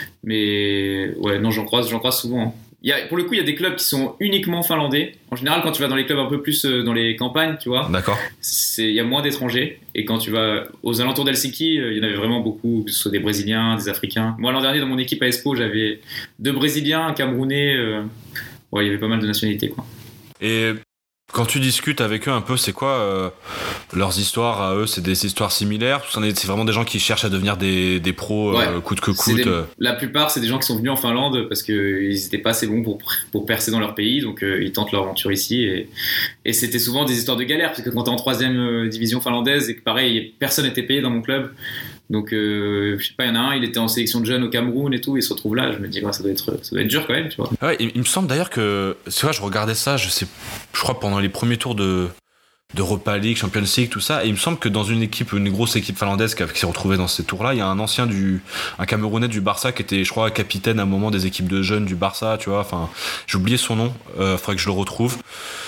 Mais ouais, non, j'en croise, j'en croise souvent. Il y a, pour le coup, il y a des clubs qui sont uniquement finlandais. En général, quand tu vas dans les clubs un peu plus euh, dans les campagnes, tu vois, d'accord. C'est, il y a moins d'étrangers. Et quand tu vas aux alentours d'Helsinki, euh, il y en avait vraiment beaucoup, que ce soit des Brésiliens, des Africains. Moi, l'an dernier, dans mon équipe à Espoo, j'avais deux Brésiliens, un Camerounais. Euh, ouais, il y avait pas mal de nationalités, quoi. Et quand tu discutes avec eux un peu, c'est quoi euh, leurs histoires à eux? C'est des histoires similaires? C'est vraiment des gens qui cherchent à devenir des, des pros ouais. euh, coûte que coûte des, La plupart, c'est des gens qui sont venus en Finlande parce qu'ils n'étaient pas assez bons pour, pour percer dans leur pays, donc euh, ils tentent leur aventure ici. Et, et c'était souvent des histoires de galère, parce que quand t'es en troisième division finlandaise et que pareil, personne n'était payé dans mon club. Donc, euh, je sais pas, il y en a un, il était en sélection de jeunes au Cameroun et tout, il se retrouve là. Je me dis, ouais, ça doit être, ça doit être dur quand même, tu vois. Ouais, il, il me semble d'ailleurs que, c'est vrai, je regardais ça, je sais, je crois pendant les premiers tours de d'Europa League, Champions League, tout ça, et il me semble que dans une équipe, une grosse équipe finlandaise qui, qui s'est retrouvée dans ces tours-là, il y a un ancien du, un Camerounais du Barça qui était, je crois, capitaine à un moment des équipes de jeunes du Barça, tu vois. Enfin, j'ai oublié son nom, euh, faudrait que je le retrouve.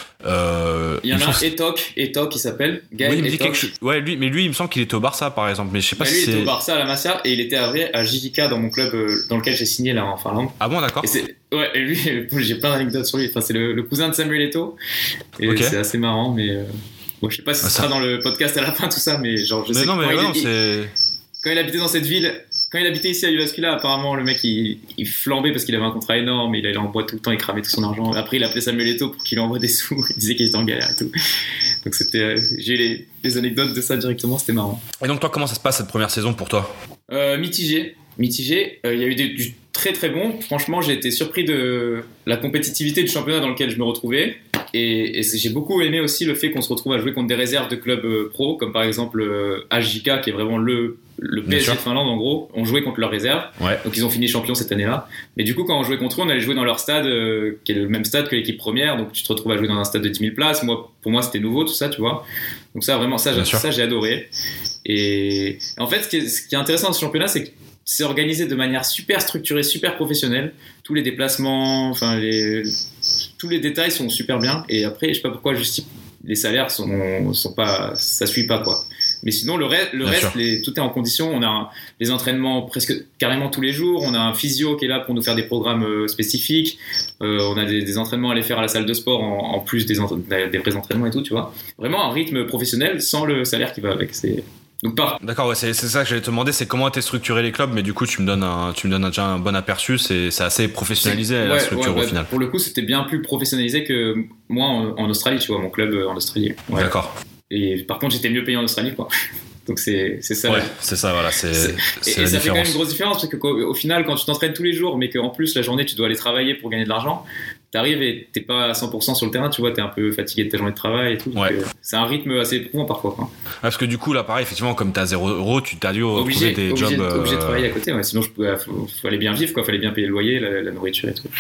Euh, il y en a un, Etok, Etok il s'appelle. Gaël oui, il me dit quelque chose. Ouais, lui, mais lui, il me semble qu'il était au Barça, par exemple. Mais je sais pas bah, si lui, c'est. il était au Barça à la Masia et il était arrivé à J J K dans mon club euh, dans lequel j'ai signé là en Finlande. Ah bon, d'accord. Et c'est... Ouais, et lui, j'ai plein d'anecdotes sur lui. Enfin, c'est le, le cousin de Samuel Eto'o. Et okay. C'est assez marrant, mais euh... bon, je sais pas si ah, ce ça... sera dans le podcast à la fin tout ça, mais genre je mais sais non, que mais quand, ouais, il, non, il, c'est... quand il habitait dans cette ville. Quand il habitait ici à Jyväskylä, apparemment le mec il, il flambait parce qu'il avait un contrat énorme, il allait en boîte tout le temps, il cramait tout son argent. Après il appelait Samuel Eto'o pour qu'il lui envoie des sous, il disait qu'il était en galère et tout. Donc c'était, euh, j'ai eu les, les anecdotes de ça directement, c'était marrant. Et donc toi, comment ça se passe cette première saison pour toi? euh, Mitigé, mitigé. Il euh, y a eu des, du très très bon. Franchement, j'ai été surpris de la compétitivité du championnat dans lequel je me retrouvais. Et, et j'ai beaucoup aimé aussi le fait qu'on se retrouve à jouer contre des réserves de clubs euh, pro, comme par exemple euh, H J K, qui est vraiment le, le P S G de Finlande en gros. On jouait contre leurs réserves, ouais. Donc ils ont fini champions cette année-là. Mais du coup, quand on jouait contre eux, on allait jouer dans leur stade, euh, qui est le même stade que l'équipe première. Donc tu te retrouves à jouer dans un stade de dix mille places. Moi, pour moi, c'était nouveau tout ça, tu vois. Donc ça, vraiment, ça, j'ai, ça j'ai adoré. Et en fait, ce qui est, ce qui est intéressant dans ce championnat, c'est que c'est organisé de manière super structurée, super professionnelle. Tous les déplacements, enfin les, tous les détails sont super bien. Et après, je sais pas pourquoi, juste les salaires sont, sont pas, ça suit pas quoi. Mais sinon, le, re- le reste, les, tout est en condition. On a un, les entraînements presque carrément tous les jours. On a un physio qui est là pour nous faire des programmes euh, spécifiques. Euh, on a des, des entraînements à aller faire à la salle de sport en, en plus des, entra- des vrais entraînements et tout, tu vois. Vraiment un rythme professionnel sans le salaire qui va avec. C'est Donc par... D'accord, ouais, c'est, c'est ça que j'allais te demander, c'est comment étaient structurés les clubs, mais du coup tu me donnes un, tu me donnes déjà un bon aperçu, c'est, c'est assez professionnalisé c'est, la ouais, structure ouais, au final. Pour le coup, c'était bien plus professionnalisé que moi en, en Australie, tu vois, mon club en Australie. Ouais. D'accord. Et par contre, j'étais mieux payé en Australie, quoi. Donc c'est, c'est ça. Ouais, c'est ça, voilà, c'est, c'est, c'est et, la et ça différence. fait quand même une grosse différence, parce qu'au au final, quand tu t'entraînes tous les jours, mais qu'en plus la journée tu dois aller travailler pour gagner de l'argent, t'arrives et t'es pas à cent pour cent sur le terrain, tu vois, t'es un peu fatigué de ta journée de travail et tout. Ouais. Donc, euh, c'est un rythme assez éprouvant parfois. Hein. Ah, parce que du coup, là, pareil, effectivement, comme t'as zéro euro, tu t'as dû obligé, trouver des obligé, jobs. Obligé de euh... travailler à côté, ouais. Sinon, je pouvais, faut, fallait bien vivre, quoi. Fallait bien payer le loyer, la, la nourriture et tout.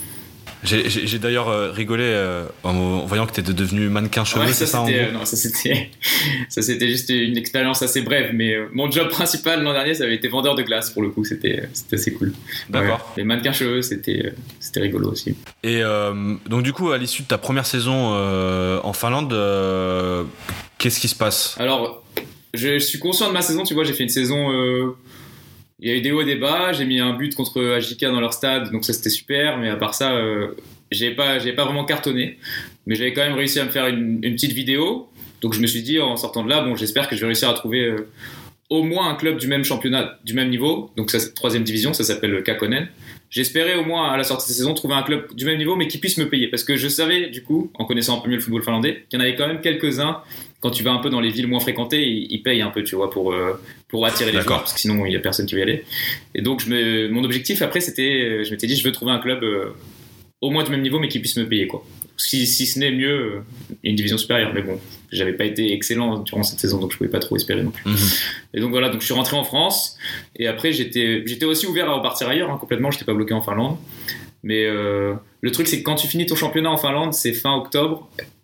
J'ai, j'ai, j'ai d'ailleurs euh, rigolé euh, en, en voyant que t'étais devenu mannequin cheveux, ouais, c'est ça, ça en c'était, gros euh, non, ça c'était, ça c'était juste une expérience assez brève, mais euh, mon job principal l'an dernier, ça avait été vendeur de glace pour le coup, c'était, c'était assez cool. D'accord. Ouais, les mannequins cheveux, c'était, euh, c'était rigolo aussi. Et euh, donc du coup, à l'issue de ta première saison euh, en Finlande, euh, qu'est-ce qui se passe ? Alors, je suis conscient de ma saison, tu vois, j'ai fait une saison... Euh, il y a eu des hauts et des bas, j'ai mis un but contre H J K dans leur stade, donc ça c'était super, mais à part ça, euh, j'avais pas, j'avais pas vraiment cartonné, mais j'avais quand même réussi à me faire une, une petite vidéo, donc je me suis dit en sortant de là, bon j'espère que je vais réussir à trouver euh, au moins un club du même championnat, du même niveau, donc ça c'est troisième division, ça s'appelle le Kakkonen. J'espérais au moins à la sortie de cette saison trouver un club du même niveau mais qui puisse me payer, parce que je savais du coup, en connaissant un peu mieux le football finlandais, qu'il y en avait quand même quelques-uns. Quand tu vas un peu dans les villes moins fréquentées, ils payent un peu, tu vois, pour, euh, pour attirer les D'accord. joueurs, parce que sinon il y a personne qui va y aller. Et donc je me, mon objectif après c'était, je m'étais dit je veux trouver un club euh, au moins du même niveau mais qui puisse me payer quoi. Si, si ce n'est mieux euh, une division supérieure, mais bon, j'avais pas été excellent durant cette saison donc je pouvais pas trop espérer non plus. Mmh. Et donc voilà, donc je suis rentré en France et après j'étais, j'étais aussi ouvert à repartir ailleurs hein, complètement, j'étais pas bloqué en Finlande. Mais euh, le truc, c'est que quand tu finis ton championnat en Finlande, c'est fin octobre,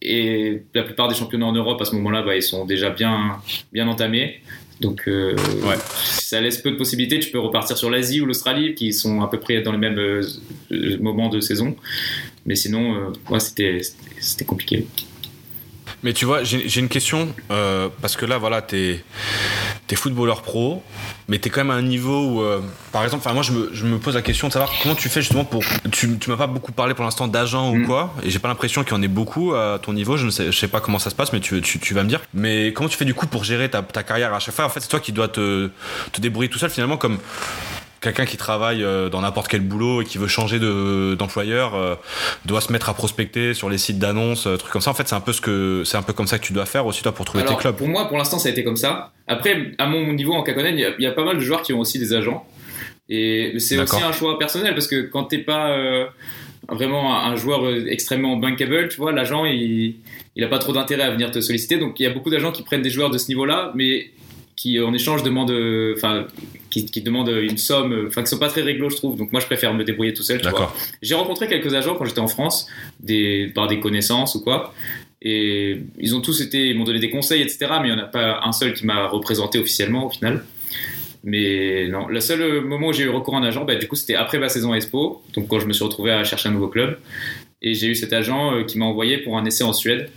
et la plupart des championnats en Europe à ce moment-là, bah, ils sont déjà bien, bien entamés. Donc, euh, ouais. ça laisse peu de possibilités. Tu peux repartir sur l'Asie ou l'Australie, qui sont à peu près dans les mêmes euh, moments de saison. Mais sinon, euh, ouais, c'était, c'était, c'était compliqué. Mais tu vois, j'ai, j'ai une question, euh, parce que là, voilà, t'es, t'es footballeur pro, mais t'es quand même à un niveau où, euh, par exemple, moi je me, je me pose la question de savoir comment tu fais justement pour... Tu, tu m'as pas beaucoup parlé pour l'instant d'agent ou mmh. quoi, et j'ai pas l'impression qu'il y en ait beaucoup à ton niveau, je ne sais, je sais pas comment ça se passe, mais tu, tu, tu vas me dire. Mais comment tu fais du coup pour gérer ta, ta carrière à chaque fois ? En fait, c'est toi qui dois te, te débrouiller tout seul finalement, comme... quelqu'un qui travaille euh, dans n'importe quel boulot et qui veut changer de, d'employeur euh, doit se mettre à prospecter sur les sites d'annonces, euh, trucs comme ça. En fait, c'est un peu ce que c'est un peu comme ça que tu dois faire aussi toi pour trouver Alors, tes clubs. Pour moi, pour l'instant, ça a été comme ça. Après, à mon niveau en Kakkonen, il y, a, il y a pas mal de joueurs qui ont aussi des agents. Et c'est D'accord. aussi un choix personnel parce que quand t'es pas euh, vraiment un joueur extrêmement bankable, tu vois, l'agent il, il a pas trop d'intérêt à venir te solliciter. Donc il y a beaucoup d'agents qui prennent des joueurs de ce niveau-là, mais qui en échange demandent, enfin, qui, qui demandent une somme, enfin, qui sont pas très réglo, je trouve. Donc moi, je préfère me débrouiller tout seul. Tu vois. J'ai rencontré quelques agents quand j'étais en France, des, par des connaissances ou quoi. Et ils ont tous été, ils m'ont donné des conseils, et cetera. Mais il n'y en a pas un seul qui m'a représenté officiellement au final. Mais non, le seul moment où j'ai eu recours à un agent, bah, du coup, c'était après ma saison Espo, donc quand je me suis retrouvé à chercher un nouveau club. Et j'ai eu cet agent euh, qui m'a envoyé pour un essai en Suède.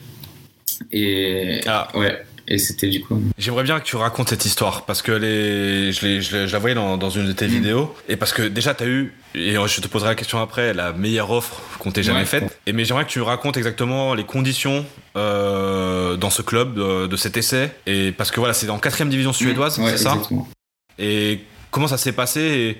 Et ah. ouais. Et c'était du coup. J'aimerais bien que tu racontes cette histoire parce que les, je, les, je, les, je la voyais dans, dans une de tes mmh. vidéos et parce que déjà t'as eu, et je te poserai la question après, la meilleure offre qu'on t'ait jamais ouais. faite. Et mais j'aimerais que tu racontes exactement les conditions euh, dans ce club de, de cet essai et parce que voilà c'est en quatrième division suédoise, mmh. ouais, c'est exactement. Ça. Et comment ça s'est passé et,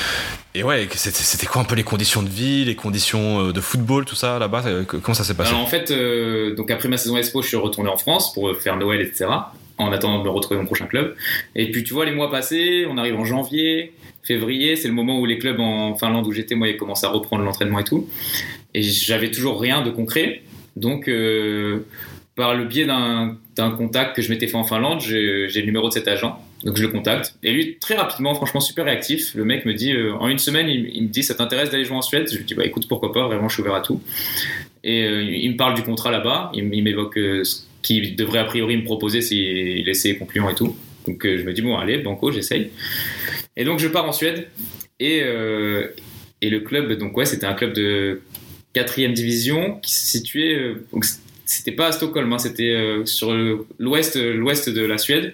et ouais, c'était, c'était quoi un peu les conditions de vie, les conditions de football, tout ça là-bas, comment ça s'est passé? Alors en fait, euh, donc après ma saison Expo, je suis retourné en France pour faire Noël, et cetera. En attendant de me retrouver mon prochain club. Et puis tu vois, les mois passés, on arrive en janvier, février, c'est le moment où les clubs en Finlande où j'étais, moi, ils commencent à reprendre l'entraînement et tout. Et j'avais toujours rien de concret. Donc euh, par le biais d'un, d'un contact que je m'étais fait en Finlande, j'ai, j'ai le numéro de cet agent. Donc je le contacte et lui très rapidement, franchement super réactif, le mec me dit euh, en une semaine il, il me dit ça t'intéresse d'aller jouer en Suède? Je lui dis bah écoute pourquoi pas, vraiment je suis ouvert à tout. Et euh, il me parle du contrat là-bas, il, il m'évoque euh, ce qu'il devrait a priori me proposer s'il essayait concluant et tout. Donc euh, je me dis bon allez banco j'essaye. Et donc je pars en Suède et, euh, et le club, donc ouais c'était un club de quatrième division qui se situait, euh, donc c'était pas à Stockholm, hein, c'était euh, sur le, l'ouest, l'ouest de la Suède.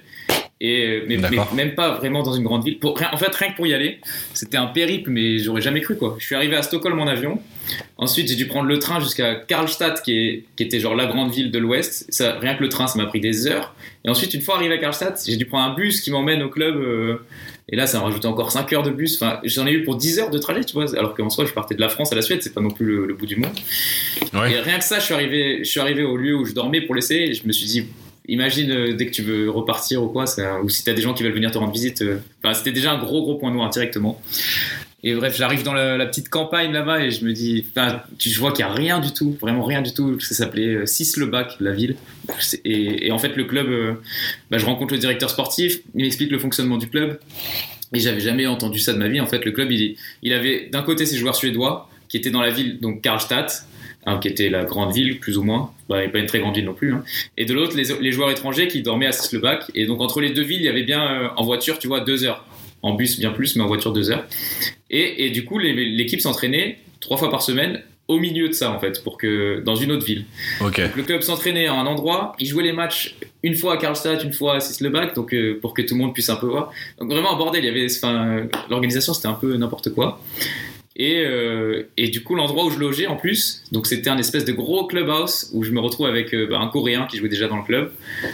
Et mais, mais même pas vraiment dans une grande ville pour, en fait rien que pour y aller c'était un périple mais j'aurais jamais cru quoi. Je suis arrivé à Stockholm en avion, ensuite j'ai dû prendre le train jusqu'à Karlstad qui, est, qui était genre la grande ville de l'ouest, ça, rien que le train ça m'a pris des heures et ensuite une fois arrivé à Karlstad j'ai dû prendre un bus qui m'emmène au club euh, et là ça m'a rajouté encore cinq heures de bus, enfin j'en ai eu pour dix heures de trajet tu vois, alors qu'en soi je partais de la France à la Suède, c'est pas non plus le, le bout du monde ouais. Et rien que ça je suis arrivé, je suis arrivé au lieu où je dormais pour l'essai et je me suis dit imagine euh, dès que tu veux repartir ou quoi, ça, ou si t'as des gens qui veulent venir te rendre visite. Euh, enfin, c'était déjà un gros gros point noir directement. Et bref, j'arrive dans la, la petite campagne là-bas et je me dis, enfin, je vois qu'il y a rien du tout, vraiment rien du tout. Ça s'appelait euh, Sisselbach, la ville. Et, et en fait, le club, euh, bah, je rencontre le directeur sportif, il m'explique le fonctionnement du club. Et j'avais jamais entendu ça de ma vie. En fait, le club, il, il avait d'un côté ses joueurs suédois qui étaient dans la ville, donc Karlstad. Hein, qui était la grande ville, plus ou moins. Bah, et pas une très grande ville non plus. Hein. Et de l'autre, les, les joueurs étrangers qui dormaient à Sisselbach. Et donc, entre les deux villes, il y avait bien, euh, en voiture, tu vois, deux heures. En bus, bien plus, mais en voiture, deux heures. Et, et du coup, les, l'équipe s'entraînait trois fois par semaine au milieu de ça, en fait, pour que, dans une autre ville. Okay. Donc, le club s'entraînait à un endroit. Ils jouaient les matchs une fois à Karlstad, une fois à Sisselbach, donc, euh, pour que tout le monde puisse un peu voir. Donc, vraiment, un bordel. Il y avait, enfin, l'organisation, c'était un peu n'importe quoi. Et, euh, et du coup, l'endroit où je logeais en plus, donc c'était un espèce de gros clubhouse où je me retrouve avec euh, bah, un Coréen qui jouait déjà dans le club.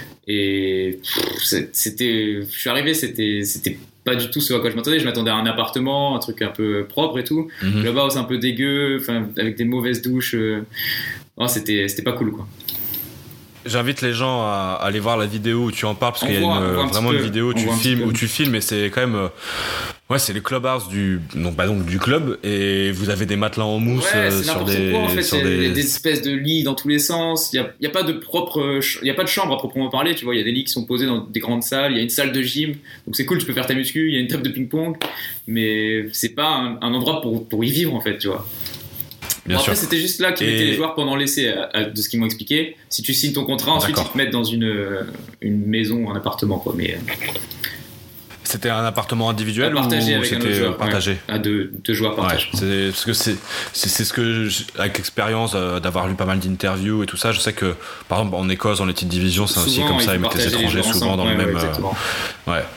Et pff, c'était, je suis arrivé, c'était, c'était pas du tout ce à quoi je m'attendais. Je m'attendais à un appartement, un truc un peu propre et tout. Mm-hmm. Clubhouse un peu dégueu, enfin avec des mauvaises douches. Euh... Oh, c'était, c'était pas cool quoi. J'invite les gens à aller voir la vidéo où tu en parles parce on qu'il y a voit, une, vraiment une vidéo où tu filmes, où tu filmes et c'est quand même ouais c'est les clubhouse du donc bah donc du club et vous avez des matelas en mousse ouais, c'est sur n'importe des quoi, en fait, sur il y a des... des espèces de lits dans tous les sens, il y a il y a pas de propre il y a pas de chambre à proprement parler, tu vois, il y a des lits qui sont posés dans des grandes salles, il y a une salle de gym donc c'est cool, tu peux faire ta muscu, il y a une table de ping-pong mais c'est pas un, un endroit pour pour y vivre en fait, tu vois. Bien bon, après, sûr. C'était juste là qu'ils et... mettaient les joueurs pendant l'essai, à, à, de ce qu'ils m'ont expliqué. Si tu signes ton contrat, ensuite D'accord. ils te mettent dans une, une maison, un appartement, quoi. Mais c'était un appartement individuel partagé ou avec c'était un autre joueur, partagé ouais. À deux, deux joueurs partagés. Ouais, c'est parce que c'est, c'est c'est ce que je, avec l'expérience euh, d'avoir lu pas mal d'interviews et tout ça, je sais que par exemple en Écosse, dans les petites divisions, c'est souvent, aussi comme ça, ils mettent les étrangers les souvent dans ouais, le même. Ouais, euh, ouais.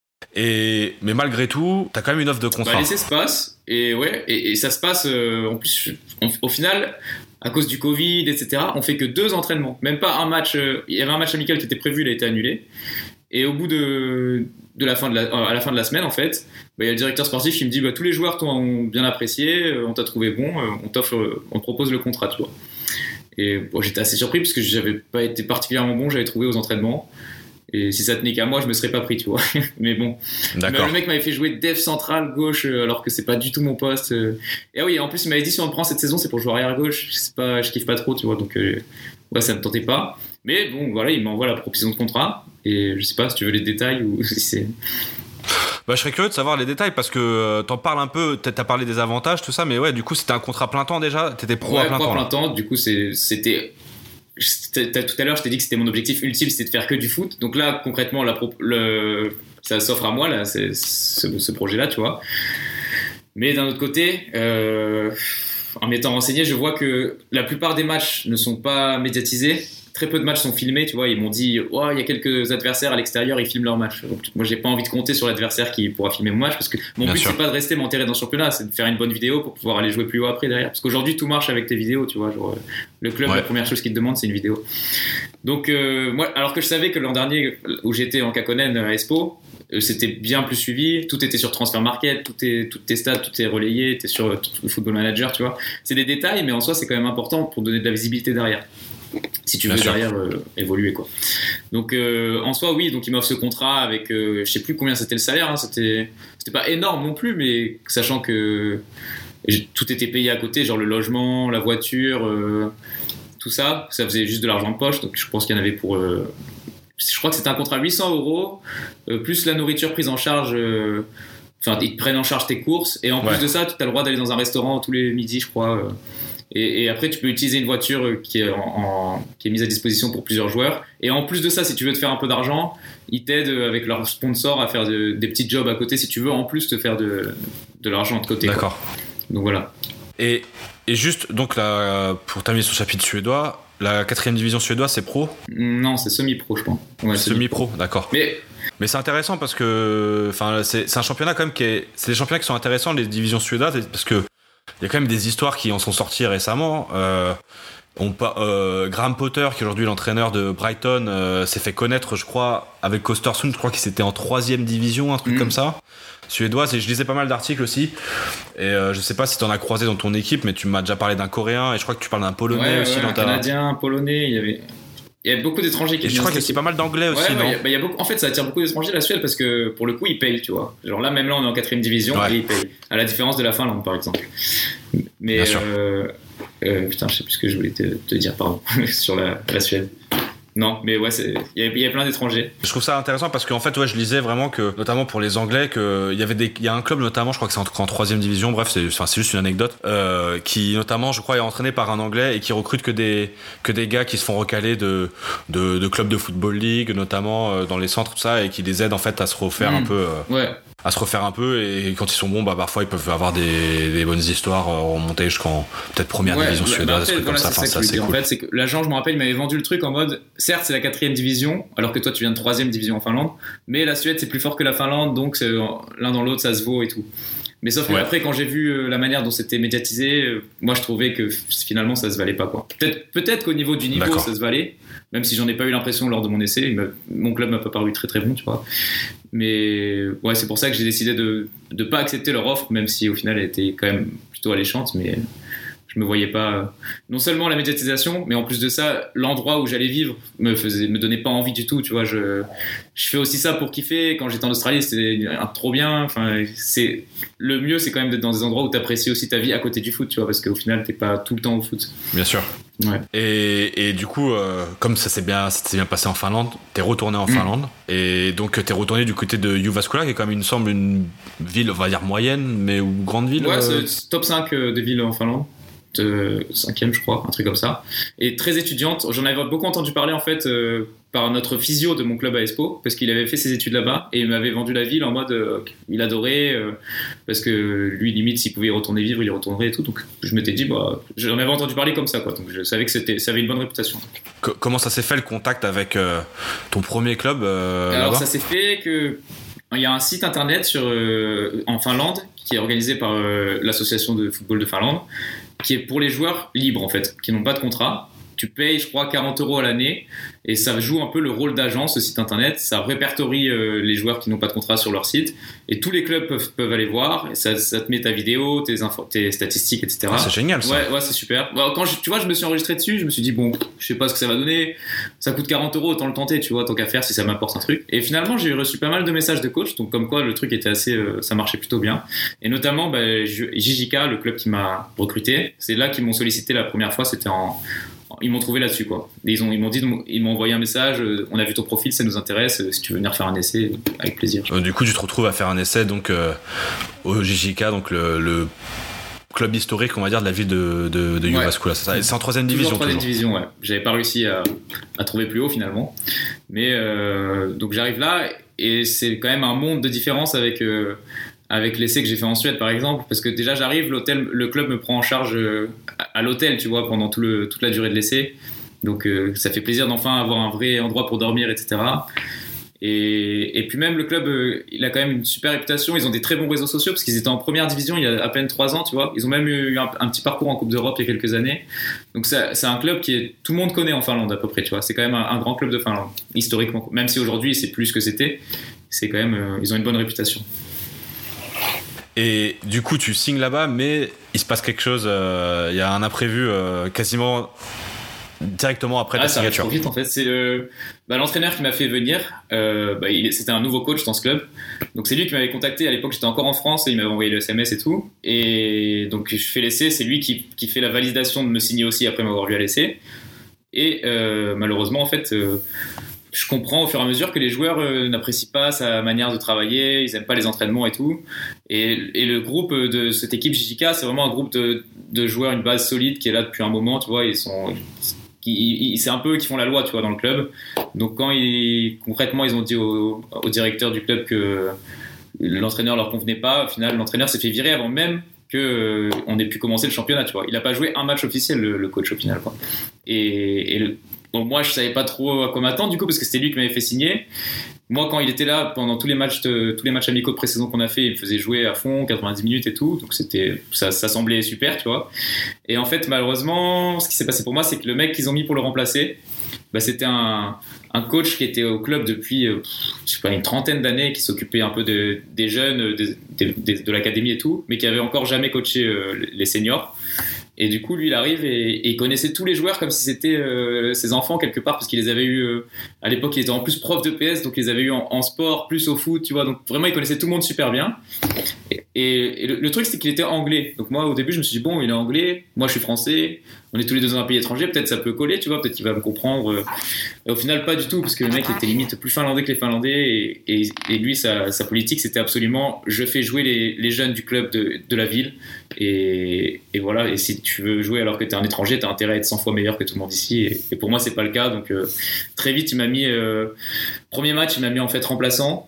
Et mais malgré tout, t'as quand même une offre de contrat. Bah, l'essai se passe et ouais et, et ça se passe euh, en plus on, au final à cause du Covid et cetera. On fait que deux entraînements, même pas un match. Euh, il y avait un match amical qui était prévu, il a été annulé. Et au bout de, de la fin de la, à la fin de la semaine, en fait, bah, il y a le directeur sportif qui me dit bah, tous les joueurs t'ont bien apprécié, on t'a trouvé bon, on t'offre, on te propose le contrat, tu vois. Et bon, j'étais assez surpris parce que j'avais pas été particulièrement bon, j'avais trouvé aux entraînements. Et si ça tenait qu'à moi, je me serais pas pris, tu vois. Mais bon. D'accord. Le mec m'avait fait jouer def central gauche, alors que c'est pas du tout mon poste. Et oui, en plus, il m'avait dit si on me prend cette saison, c'est pour jouer arrière gauche. C'est pas, je kiffe pas trop, tu vois. Donc, euh, ouais, ça me tentait pas. Mais bon, voilà, il m'envoie la proposition de contrat. Et je sais pas si tu veux les détails ou si c'est. Bah, je serais curieux de savoir les détails parce que euh, t'en parles un peu, t'as parlé des avantages, tout ça, mais ouais, du coup, c'était un contrat plein temps déjà. T'étais pro ouais, à plein pro temps. à plein temps. Du coup, c'est, c'était. Tout à l'heure, je t'ai dit que c'était mon objectif ultime, c'était de faire que du foot. Donc là, concrètement, la, le, ça s'offre à moi, là, c'est, ce, ce projet-là, tu vois. Mais d'un autre côté, euh, en m'étant renseigné, je vois que la plupart des matchs ne sont pas médiatisés. Très peu de matchs sont filmés, tu vois. Ils m'ont dit, oh, il y a quelques adversaires à l'extérieur, ils filment leurs matchs. Donc, moi, j'ai pas envie de compter sur l'adversaire qui pourra filmer mon match parce que mon Bien but, sûr. c'est pas de rester m'enterrer dans le championnat, c'est de faire une bonne vidéo pour pouvoir aller jouer plus haut après derrière. Parce qu'aujourd'hui, tout marche avec tes vidéos, tu vois. Genre, le club, ouais. la première chose qu'il te demande, c'est une vidéo. Donc, euh, moi, alors que je savais que l'an dernier, où j'étais en Kakonen à Espoo, c'était bien plus suivi, tout était sur Transfer Market, tout est, toutes tes stats, tout est relayé, t'es sur Football Manager, tu vois. C'est des détails, mais en soi, c'est quand même important pour donner de la visibilité derrière. Si tu veux Bien derrière euh, évoluer quoi. Donc euh, en soi oui, donc il m'offre ce contrat avec euh, je sais plus combien c'était le salaire, hein, c'était c'était pas énorme non plus, mais sachant que tout était payé à côté, genre le logement, la voiture, euh, tout ça, ça faisait juste de l'argent de poche, donc je pense qu'il y en avait pour euh, je crois que c'était un contrat huit cents euros euh, plus la nourriture prise en charge. Euh, Enfin, ils te prennent en charge tes courses et en ouais. plus de ça, tu as le droit d'aller dans un restaurant tous les midis, je crois. Euh, Et, et après, tu peux utiliser une voiture qui est, en, en, qui est mise à disposition pour plusieurs joueurs. Et en plus de ça, si tu veux te faire un peu d'argent, ils t'aident avec leurs sponsors à faire de, des petits jobs à côté si tu veux en plus te faire de, de l'argent de côté. D'accord. Quoi. Donc voilà. Et, et juste, donc là, pour terminer sur le chapitre suédois, la quatrième division suédoise, c'est pro ? Non, c'est semi-pro, je pense. Ouais, semi-pro, semi-pro, d'accord. Mais... Mais c'est intéressant parce que c'est, c'est un championnat quand même qui est. C'est des championnats qui sont intéressants, les divisions suédoises, parce que. Il y a quand même des histoires qui en sont sorties récemment. Euh, on, euh, Graham Potter, qui est aujourd'hui l'entraîneur de Brighton, euh, s'est fait connaître, je crois, avec Östersund. Je crois qu'il était en troisième division, un truc mmh. comme ça, suédoise. Et je lisais pas mal d'articles aussi. Et euh, je sais pas si tu en as croisé dans ton équipe, mais tu m'as déjà parlé d'un Coréen et je crois que tu parles d'un Polonais ouais, aussi. Ouais, dans un ta... Canadien, un Polonais. Il y avait. Il y a beaucoup d'étrangers qui viennent. Et je crois qu'il y a aussi pas mal d'anglais aussi, ouais, non ouais, bah, il y a beaucoup... En fait, ça attire beaucoup d'étrangers la Suède parce que pour le coup, ils payent, tu vois. Genre là, même là, on est en quatrième division ouais. et ils payent. À la différence de la Finlande, par exemple. Mais euh... Euh, putain, je sais plus ce que je voulais te, te dire, pardon, sur la, la Suède. Non, mais ouais, il y, y a plein d'étrangers. Je trouve ça intéressant parce qu'en fait, ouais, je lisais vraiment que, notamment pour les Anglais, qu'il y avait des, il y a un club notamment, je crois que c'est en, en troisième division, bref, c'est, enfin, c'est juste une anecdote, euh, qui notamment, je crois, est entraîné par un Anglais et qui recrute que des, que des gars qui se font recaler de, de, de clubs de football league, notamment euh, dans les centres, tout ça, et qui les aident en fait à se refaire mmh. un peu. Euh, ouais. à se refaire un peu et quand ils sont bons bah parfois ils peuvent avoir des, des bonnes histoires remonter jusqu'en peut-être première ouais, division suédoise des trucs comme ça, enfin, ça c'est cool. En fait c'est que l'agent je me rappelle il m'avait vendu le truc en mode certes c'est la quatrième division alors que toi tu viens de troisième division en Finlande mais la Suède c'est plus fort que la Finlande donc c'est, l'un dans l'autre ça se vaut et tout mais sauf que ouais. après quand j'ai vu la manière dont c'était médiatisé moi je trouvais que finalement ça se valait pas quoi. Peut-être, peut-être qu'au niveau du niveau D'accord. ça se valait même si j'en ai pas eu l'impression lors de mon essai mon club m'a pas paru très très bon tu vois mais ouais c'est pour ça que j'ai décidé de de pas accepter leur offre même si au final elle était quand même plutôt alléchante mais je me voyais pas non seulement la médiatisation mais en plus de ça l'endroit où j'allais vivre me faisait me donnait pas envie du tout tu vois je je fais aussi ça pour kiffer quand j'étais en Australie c'était un, trop bien enfin c'est le mieux c'est quand même d'être dans des endroits où t'apprécies aussi ta vie à côté du foot tu vois parce qu'au final t'es pas tout le temps au foot bien sûr ouais. et et du coup euh, comme ça s'est bien ça s'est bien passé en Finlande t'es retourné en mmh. Finlande et donc t'es retourné du côté de Jyväskylä qui est quand même il me semble une ville on va dire moyenne mais ou grande ville ouais euh... c'est top cinq des villes en Finlande de cinquième je crois un truc comme ça et très étudiante j'en avais beaucoup entendu parler en fait euh, par notre physio de mon club à Espoo parce qu'il avait fait ses études là-bas et il m'avait vendu la ville en mode euh, il adorait euh, parce que lui limite s'il pouvait y retourner vivre il y retournerait et tout donc je m'étais dit bah j'en avais entendu parler comme ça quoi donc je savais que c'était ça avait une bonne réputation. C- comment ça s'est fait le contact avec euh, ton premier club euh, alors là-bas ça s'est fait que il y a un site internet sur, euh, en Finlande qui est organisé par euh, l'association de football de Finlande qui est pour les joueurs libres en fait, qui n'ont pas de contrat tu payes, je crois, quarante euros à l'année et ça joue un peu le rôle d'agent, ce site internet. Ça répertorie euh, les joueurs qui n'ont pas de contrat sur leur site et tous les clubs peuvent, peuvent aller voir. Et ça, ça te met ta vidéo, tes, infos, tes statistiques, et cetera. Ah, c'est génial ça. Ouais, ouais, c'est super. Bon, quand je, tu vois, je me suis enregistré dessus, je me suis dit, bon, je sais pas ce que ça va donner. Ça coûte quarante euros, autant le tenter, tu vois, tant qu'à faire si ça m'apporte un truc. Et finalement, j'ai reçu pas mal de messages de coach, donc comme quoi le truc était assez, euh, ça marchait plutôt bien. Et notamment, bah, J J K, le club qui m'a recruté, c'est là qu'ils m'ont sollicité la première fois, c'était en. Ils m'ont trouvé là-dessus, quoi. Et ils ont, ils m'ont dit, ils m'ont envoyé un message. Euh, on a vu ton profil, ça nous intéresse. Euh, si tu veux venir faire un essai, avec plaisir. Euh, du coup, tu te retrouves à faire un essai donc euh, au J J K, donc le, le club historique, on va dire, de la ville de, de, de Jyväskylä. Ouais. C'est en troisième division. En troisième division, ouais. J'avais pas réussi à, à trouver plus haut finalement, mais euh, donc j'arrive là et c'est quand même un monde de différence avec. Euh, avec l'essai que j'ai fait en Suède par exemple, parce que déjà j'arrive, l'hôtel, le club me prend en charge à l'hôtel, tu vois, pendant tout le, toute la durée de l'essai, donc euh, ça fait plaisir d'enfin avoir un vrai endroit pour dormir, et cetera. Et, et puis même le club, euh, il a quand même une super réputation, ils ont des très bons réseaux sociaux, parce qu'ils étaient en première division il y a à peine trois ans, tu vois, ils ont même eu un, un petit parcours en Coupe d'Europe il y a quelques années, donc c'est, c'est un club qui est, tout le monde connaît en Finlande à peu près, tu vois, c'est quand même un, un grand club de Finlande, historiquement, même si aujourd'hui c'est plus ce que c'était, c'est quand même, euh, ils ont une bonne réputation. Et du coup, tu signes là-bas, mais il se passe quelque chose. Il euh, y a un imprévu euh, quasiment directement après ah, ta ça signature. Vite, en fait, c'est le, bah, l'entraîneur qui m'a fait venir. Euh, bah, il, c'était un nouveau coach dans ce club, donc c'est lui qui m'avait contacté. À l'époque, j'étais encore en France et il m'avait envoyé le S M S et tout. Et donc je fais l'essai. C'est lui qui, qui fait la validation de me signer aussi après m'avoir vu à l'essai. Et euh, malheureusement, en fait. Euh, je comprends au fur et à mesure que les joueurs euh, n'apprécient pas sa manière de travailler, ils aiment pas les entraînements et tout. Et, et le groupe de cette équipe J J K, c'est vraiment un groupe de, de joueurs, une base solide qui est là depuis un moment, tu vois. Ils sont, qui, ils, c'est un peu eux qui font la loi, tu vois, dans le club. Donc quand ils, concrètement, ils ont dit au, au directeur du club que l'entraîneur leur convenait pas, au final, l'entraîneur s'est fait virer avant même qu'on euh, ait pu commencer le championnat, tu vois. Il a pas joué un match officiel, le, le coach, au final, quoi. Et, et le, bon, moi, je savais pas trop à quoi m'attendre, du coup, parce que c'était lui qui m'avait fait signer. Moi, quand il était là, pendant tous les matchs, de, tous les matchs amicaux de pré-saison qu'on a fait, il me faisait jouer à fond, quatre-vingt-dix minutes et tout. Donc, c'était, ça, ça semblait super, tu vois. Et en fait, malheureusement, ce qui s'est passé pour moi, c'est que le mec qu'ils ont mis pour le remplacer, bah, c'était un, un coach qui était au club depuis, euh, je sais pas, une trentaine d'années, qui s'occupait un peu de, des jeunes, de, de, de, de l'académie et tout, mais qui avait encore jamais coaché euh, les seniors. Et du coup, lui, il arrive et, et il connaissait tous les joueurs comme si c'était euh, ses enfants quelque part, parce qu'il les avait eu euh, à l'époque, il était en plus prof de P S, donc il les avait eu en, en sport, plus au foot, tu vois. Donc vraiment, il connaissait tout le monde super bien. Et, et, et le, le truc, c'est qu'il était anglais. Donc moi, au début, je me suis dit, bon, il est anglais, moi, je suis français, on est tous les deux dans un pays étranger, peut-être ça peut coller, tu vois, peut-être qu'il va me comprendre. Et au final, pas du tout, parce que le mec était limite plus finlandais que les Finlandais. Et, et, et lui, sa, sa politique, c'était absolument, je fais jouer les, les jeunes du club de, de la ville. Et, et voilà, et si tu veux jouer alors que t'es un étranger, t'as intérêt à être cent fois meilleur que tout le monde ici. Et, et pour moi, c'est pas le cas. Donc euh, très vite, il m'a mis euh, premier match, il m'a mis en fait remplaçant.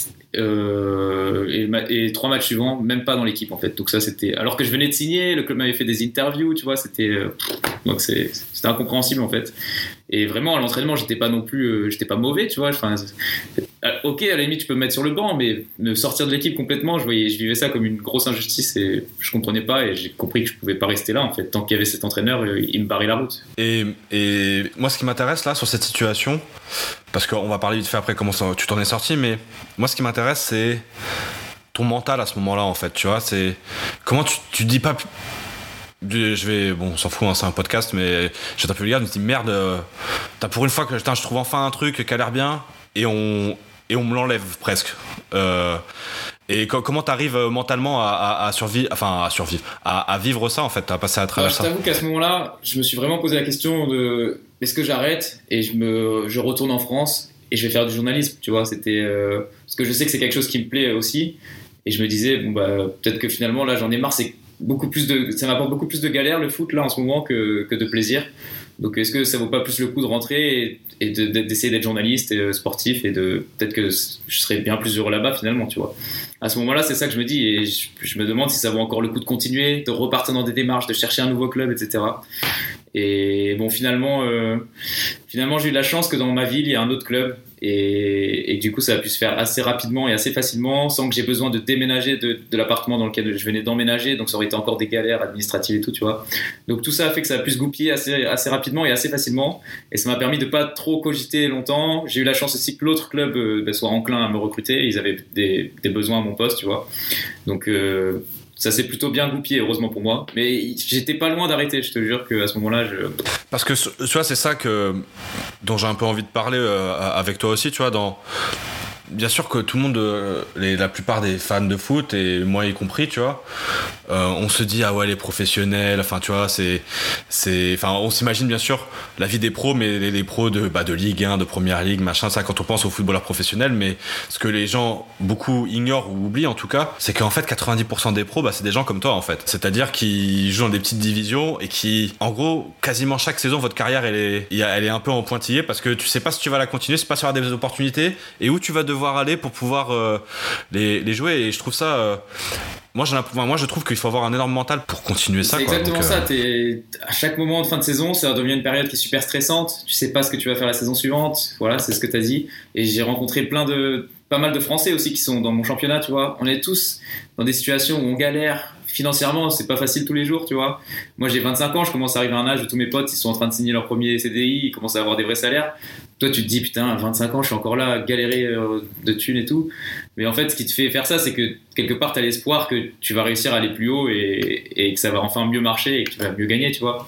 Euh, et, et trois matchs suivants, même pas dans l'équipe en fait. Donc ça, c'était alors que je venais de signer, le club m'avait fait des interviews, tu vois. C'était euh, donc c'est, c'était incompréhensible en fait. Et vraiment à l'entraînement, j'étais pas non plus, euh, j'étais pas mauvais, tu vois. Enfin, ok, à la limite, tu peux me mettre sur le banc, mais me sortir de l'équipe complètement, je voyais, je vivais ça comme une grosse injustice et je comprenais pas. Et j'ai compris que je pouvais pas rester là en fait. Tant qu'il y avait cet entraîneur, il me barrait la route. Et, et moi, ce qui m'intéresse là sur cette situation, parce qu'on va parler vite fait après comment ça, tu t'en es sorti, mais moi, ce qui m'intéresse, c'est ton mental à ce moment-là en fait. Tu vois, c'est comment tu, tu dis pas. Je vais, bon, on s'en fout, hein, c'est un podcast, mais j'étais un peu vulgaire, je me dis merde, euh, t'as pour une fois que putain, je trouve enfin un truc qui a l'air bien et on, et on me l'enlève presque. Euh, et co- comment t'arrives mentalement à, à, à survivre, enfin à survivre, à, à vivre ça en fait, à passer à travers Alors, ça. Je t'avoue qu'à ce moment-là, je me suis vraiment posé la question de est-ce que j'arrête et je me, je retourne en France et je vais faire du journalisme, tu vois, c'était euh, parce que je sais que c'est quelque chose qui me plaît aussi et je me disais bon bah peut-être que finalement là j'en ai marre, c'est beaucoup plus de, ça m'apporte beaucoup plus de galères le foot là en ce moment que, que de plaisir. Donc est-ce que ça vaut pas plus le coup de rentrer et, et de, d'essayer d'être journaliste et sportif et de peut-être que je serais bien plus heureux là-bas finalement, tu vois. À ce moment-là, c'est ça que je me dis et je, je me demande si ça vaut encore le coup de continuer, de repartir dans des démarches, de chercher un nouveau club, et cetera. Et bon, finalement, euh, finalement, j'ai eu de la chance que dans ma ville, il y a un autre club et, et du coup ça a pu se faire assez rapidement et assez facilement sans que j'ai besoin de déménager de, de l'appartement dans lequel je venais d'emménager, donc ça aurait été encore des galères administratives et tout, tu vois. Donc tout ça a fait que ça a pu se goupiller assez, assez rapidement et assez facilement, et ça m'a permis de pas trop cogiter longtemps. J'ai eu la chance aussi que l'autre club euh, bah, soit enclin à me recruter, ils avaient des, des besoins à mon poste, tu vois. Donc euh, ça s'est plutôt bien goupillé, heureusement pour moi. Mais j'étais pas loin d'arrêter, je te jure qu'à ce moment-là, je... Parce que, tu vois, c'est ça que, dont j'ai un peu envie de parler euh, avec toi aussi, tu vois, dans... Bien sûr que tout le monde, euh, les, la plupart des fans de foot, et moi y compris, tu vois, euh, on se dit, ah ouais, les professionnels, enfin, tu vois, c'est, c'est, enfin, on s'imagine bien sûr la vie des pros, mais les, les pros de, bah, de Ligue un, de Première Ligue, machin, ça, quand on pense aux footballeurs professionnels, mais ce que les gens, beaucoup ignorent ou oublient, en tout cas, c'est qu'en fait, quatre-vingt-dix pour cent des pros, bah, c'est des gens comme toi, en fait. C'est-à-dire qui jouent dans des petites divisions et qui, en gros, quasiment chaque saison, votre carrière, elle est, elle est un peu en pointillé parce que tu sais pas si tu vas la continuer, c'est pas sur des opportunités et où tu vas devoir devoir aller pour pouvoir euh, les, les jouer, et je trouve ça euh, moi, j'en ai, moi je trouve qu'il faut avoir un énorme mental pour continuer ça, c'est quoi. Exactement Donc, ça, euh... t'es, à chaque moment de fin de saison ça devient une période qui est super stressante, tu sais pas ce que tu vas faire la saison suivante, voilà, c'est ce que t'as dit, et j'ai rencontré plein de pas mal de Français aussi qui sont dans mon championnat, tu vois. On est tous dans des situations où on galère financièrement, c'est pas facile tous les jours, tu vois. Moi j'ai vingt-cinq ans, je commence à arriver à un âge où tous mes potes ils sont en train de signer leur premier C D I, ils commencent à avoir des vrais salaires. Toi tu te dis putain, à vingt-cinq ans je suis encore là à galérer de thunes et tout. Mais en fait ce qui te fait faire ça, c'est que quelque part t'as l'espoir que tu vas réussir à aller plus haut et, et que ça va enfin mieux marcher et que tu vas mieux gagner, tu vois.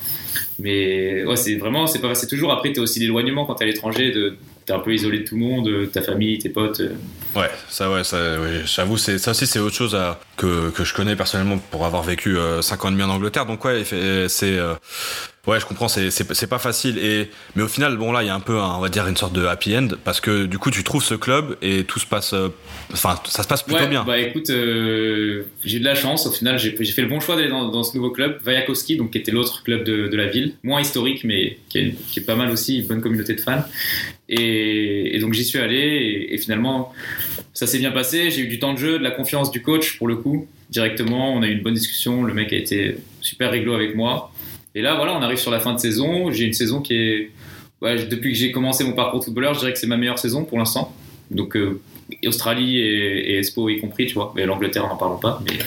Mais ouais, c'est vraiment, c'est pas c'est toujours, après t'as aussi l'éloignement quand t'es à l'étranger, de t'es un peu isolé de tout le monde, ta famille, tes potes. Ouais, ça, ouais, ça, ouais, j'avoue, c'est, ça aussi, c'est autre chose à, que, que je connais personnellement pour avoir vécu euh, cinq ans et demi en Angleterre. Donc, ouais, c'est, euh, ouais, je comprends, c'est, c'est, c'est pas facile. Et, mais au final, bon, là, il y a un peu, un, on va dire, une sorte de happy end parce que du coup, tu trouves ce club et tout se passe, enfin, euh, ça se passe plutôt ouais, bien. Bah, écoute, euh, j'ai eu de la chance. Au final, j'ai, j'ai fait le bon choix d'aller dans, dans ce nouveau club, Vajakowski, donc qui était l'autre club de, de la ville, moins historique, mais qui est, qui est pas mal aussi, une bonne communauté de fans. Et, et donc j'y suis allé et, et finalement ça s'est bien passé, j'ai eu du temps de jeu, de la confiance du coach pour le coup, directement, on a eu une bonne discussion, le mec a été super réglo avec moi, et là voilà, on arrive sur la fin de saison, j'ai une saison qui est, ouais, depuis que j'ai commencé mon parcours de footballeur, je dirais que c'est ma meilleure saison pour l'instant, donc euh, Australie et, et Espo y compris, tu vois, mais l'Angleterre n'en parlons pas, mais,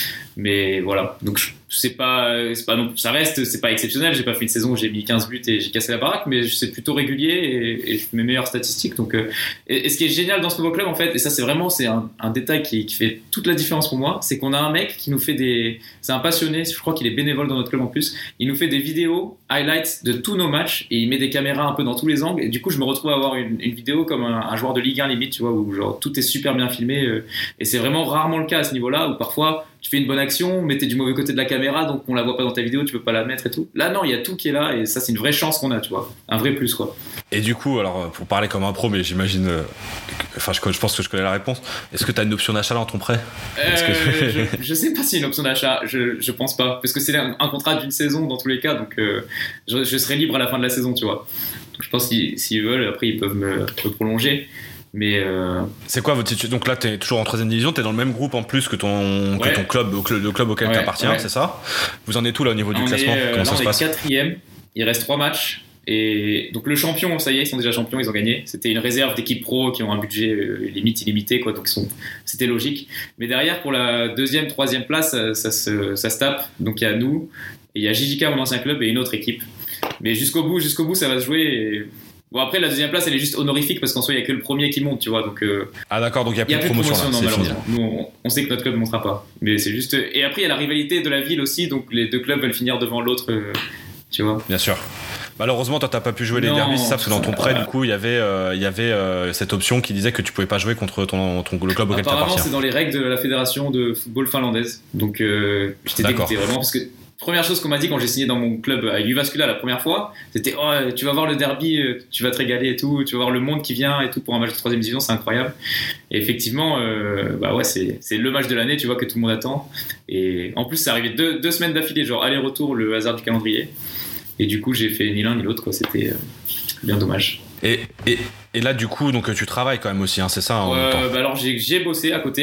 mais voilà, donc je, c'est pas, c'est pas non, ça reste, c'est pas exceptionnel, j'ai pas fait une saison où j'ai mis quinze buts et j'ai cassé la baraque, mais c'est plutôt régulier et, et je fais mes meilleures statistiques, donc euh, et, et ce qui est génial dans ce nouveau club en fait, et ça c'est vraiment, c'est un, un détail qui, qui fait toute la différence pour moi, c'est qu'on a un mec qui nous fait des, c'est un passionné, je crois qu'il est bénévole dans notre club en plus, il nous fait des vidéos highlights de tous nos matchs et il met des caméras un peu dans tous les angles, et du coup je me retrouve à avoir une, une vidéo comme un, un joueur de Ligue un limite, tu vois, où genre tout est super bien filmé, euh, et c'est vraiment rarement le cas à ce niveau-là, où parfois tu fais une bonne action mais t'es du mauvais côté de la caméra, donc on la voit pas dans ta vidéo, tu peux pas la mettre et tout. Là non, il y a tout qui est là, et ça c'est une vraie chance qu'on a, tu vois, un vrai plus, quoi. Et du coup, alors pour parler comme un pro, mais j'imagine, euh, enfin je, je pense que je connais la réponse, est-ce que t'as une option d'achat dans ton prêt? euh, que... je, je sais pas si une option d'achat, je, je pense pas, parce que c'est un, un contrat d'une saison dans tous les cas, donc euh, je, je serai libre à la fin de la saison, tu vois. Donc je pense qu'ils, s'ils veulent, après ils peuvent me, me prolonger. Mais euh... c'est quoi votre situation? Donc là, t'es toujours en troisième division, t'es dans le même groupe en plus que ton, ouais. que ton club, le club auquel ouais, t'appartiens, ouais. C'est ça? Vous en êtes où là au niveau du on classement? est, euh, Comment là, ça on se est passe? quatrième, il reste trois matchs. Et donc le champion, ça y est, ils sont déjà champions, ils ont gagné. C'était une réserve d'équipes pro qui ont un budget euh, limite illimité, quoi, donc ils sont, c'était logique. Mais derrière, pour la deuxième, troisième place, ça, ça, se, ça se tape. Donc il y a nous, et il y a J J K, mon ancien club, et une autre équipe. Mais jusqu'au bout, jusqu'au bout, ça va se jouer. Et... Bon, après, la deuxième place, elle est juste honorifique parce qu'en soi, il n'y a que le premier qui monte, tu vois. Donc, euh, ah, d'accord, donc il n'y a plus y a de promotion, promotion là, non, c'est malheureusement. Fini. Nous, on, on sait que notre club ne montera pas. Mais c'est juste. Et après, il y a la rivalité de la ville aussi, donc les deux clubs veulent finir devant l'autre, euh, tu vois. Bien sûr. Malheureusement, toi, t'as pas pu jouer non, les derbies, c'est ça, parce que dans ton prêt, du coup, il y avait, euh, il y avait euh, cette option qui disait que tu pouvais pas jouer contre ton, ton le club auquel t'appartiens. Apparemment, c'est dans les règles de la fédération de football finlandaise. Donc, euh, j'étais dégoûté vraiment parce que. Première chose qu'on m'a dit quand j'ai signé dans mon club à Jyväskylä la première fois, c'était oh, tu vas voir le derby, tu vas te régaler et tout, tu vas voir le monde qui vient et tout pour un match de troisième division, c'est incroyable. Et effectivement, euh, bah ouais, c'est, c'est le match de l'année, tu vois, que tout le monde attend. Et en plus, c'est arrivé deux, deux semaines d'affilée, genre aller-retour, le hasard du calendrier. Et du coup, j'ai fait ni l'un ni l'autre, quoi. C'était euh, bien dommage. Et, et, et là, du coup, donc tu travailles quand même aussi, hein, c'est ça? En euh, même temps. Bah alors, j'ai, j'ai bossé à côté.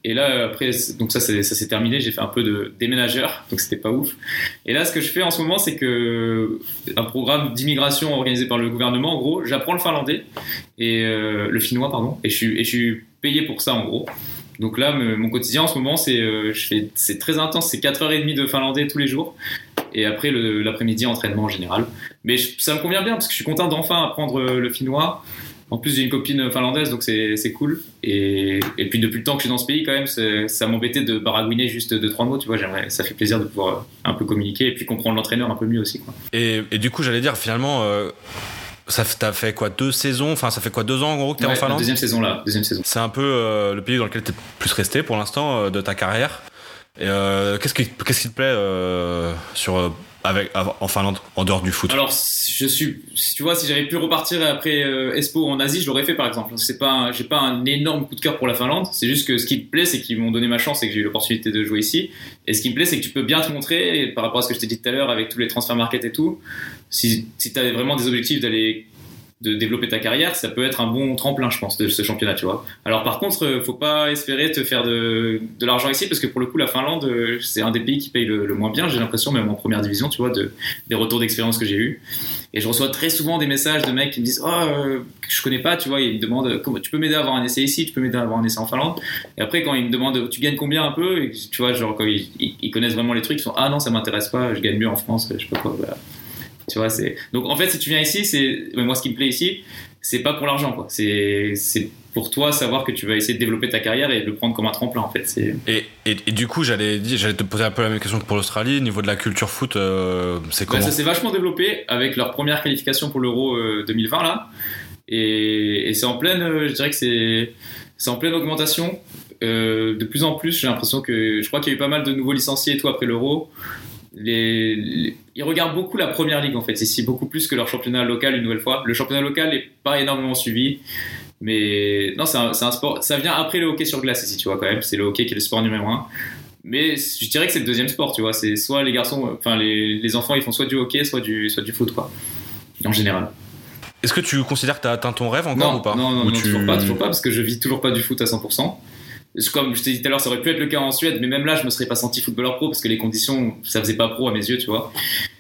Et là, après, donc ça, c'est, ça s'est terminé. J'ai fait un peu de déménageur, donc c'était pas ouf. Et là, ce que je fais en ce moment, c'est que un programme d'immigration organisé par le gouvernement, en gros, j'apprends le finlandais et euh, le finnois, pardon, et je suis et je suis payé pour ça, en gros. Donc là, me, mon quotidien en ce moment, c'est euh, je fais c'est très intense, c'est quatre heures trente de finlandais tous les jours. Et après le, l'après-midi, entraînement en général. Mais je, ça me convient bien parce que je suis content d'enfin apprendre le finnois. En plus, j'ai une copine finlandaise, donc c'est, c'est cool. Et, et puis, depuis le temps que je suis dans ce pays, quand même, c'est, ça m'embêtait de baragouiner juste deux, trois mots, tu vois. J'aimerais, ça fait plaisir de pouvoir un peu communiquer et puis comprendre l'entraîneur un peu mieux aussi, quoi. Et, et du coup, j'allais dire, finalement, euh, ça t'as fait quoi, deux saisons, enfin, ça fait quoi, deux ans en gros que t'es ouais, en Finlande ? Deuxième saison, là, deuxième saison. C'est un peu euh, le pays dans lequel t'es plus resté pour l'instant euh, de ta carrière. Et euh, qu'est-ce qui, qu'est-ce qui te plaît euh, sur. Euh, Avec, en Finlande, en dehors du foot? Alors, je suis, tu vois, si j'avais pu repartir après euh, Espoo en Asie, je l'aurais fait par exemple. C'est pas, un, j'ai pas un énorme coup de cœur pour la Finlande. C'est juste que ce qui me plaît, c'est qu'ils m'ont donné ma chance et que j'ai eu l'opportunité de jouer ici. Et ce qui me plaît, c'est que tu peux bien te montrer et par rapport à ce que je t'ai dit tout à l'heure avec tous les transfert market et tout. Si, si t'as vraiment des objectifs d'aller de développer ta carrière, ça peut être un bon tremplin, je pense, de ce championnat, tu vois. Alors par contre, faut pas espérer te faire de, de l'argent ici, parce que pour le coup, la Finlande, c'est un des pays qui paye le, le moins bien, j'ai l'impression, même en première division, tu vois, de, des retours d'expérience que j'ai eu. Et je reçois très souvent des messages de mecs qui me disent « Oh, euh, je connais pas, tu vois, ils me demandent comment, tu peux m'aider à avoir un essai ici, tu peux m'aider à avoir un essai en Finlande. » Et après, quand ils me demandent « Tu gagnes combien un peu ?» Et tu vois, genre, quand ils, ils, ils connaissent vraiment les trucs, ils font « Ah non, ça m'intéresse pas, je gagne mieux en France, je sais pas quoi. Bah. » Tu vois, c'est... Donc en fait, si tu viens ici, c'est... Mais moi, ce qui me plaît ici, c'est pas pour l'argent, quoi. C'est, c'est pour toi savoir que tu vas essayer de développer ta carrière et de le prendre comme un tremplin, en fait. C'est... Et, et, et du coup, j'allais, dire, j'allais te poser un peu la même question que pour l'Australie. Au niveau de la culture foot, euh, c'est comment ? Bah, ça s'est vachement développé avec leur première qualification pour l'Euro euh, deux mille vingt, là. Et, et c'est en pleine, euh, je dirais que c'est, c'est en pleine augmentation. Euh, de plus en plus, j'ai l'impression que... Je crois qu'il y a eu pas mal de nouveaux licenciés et tout après l'Euro. Les, les, ils regardent beaucoup la première ligue en fait ici, beaucoup plus que leur championnat local une nouvelle fois. Le championnat local n'est pas énormément suivi, mais non, c'est un, c'est un sport, ça vient après le hockey sur glace ici, tu vois, quand même. C'est le hockey qui est le sport numéro un, mais je dirais que c'est le deuxième sport, tu vois. C'est soit les garçons, enfin les, les enfants, ils font soit du hockey, soit du, soit du foot, quoi, en général. Est-ce que tu considères que tu as atteint ton rêve encore non, ou pas ? Non, non, ou non tu... toujours pas, toujours pas, parce que je vis toujours pas du foot à cent pour cent. Comme je t'ai dit tout à l'heure, ça aurait pu être le cas en Suède, mais même là, je me serais pas senti footballeur pro parce que les conditions, ça faisait pas pro à mes yeux, tu vois.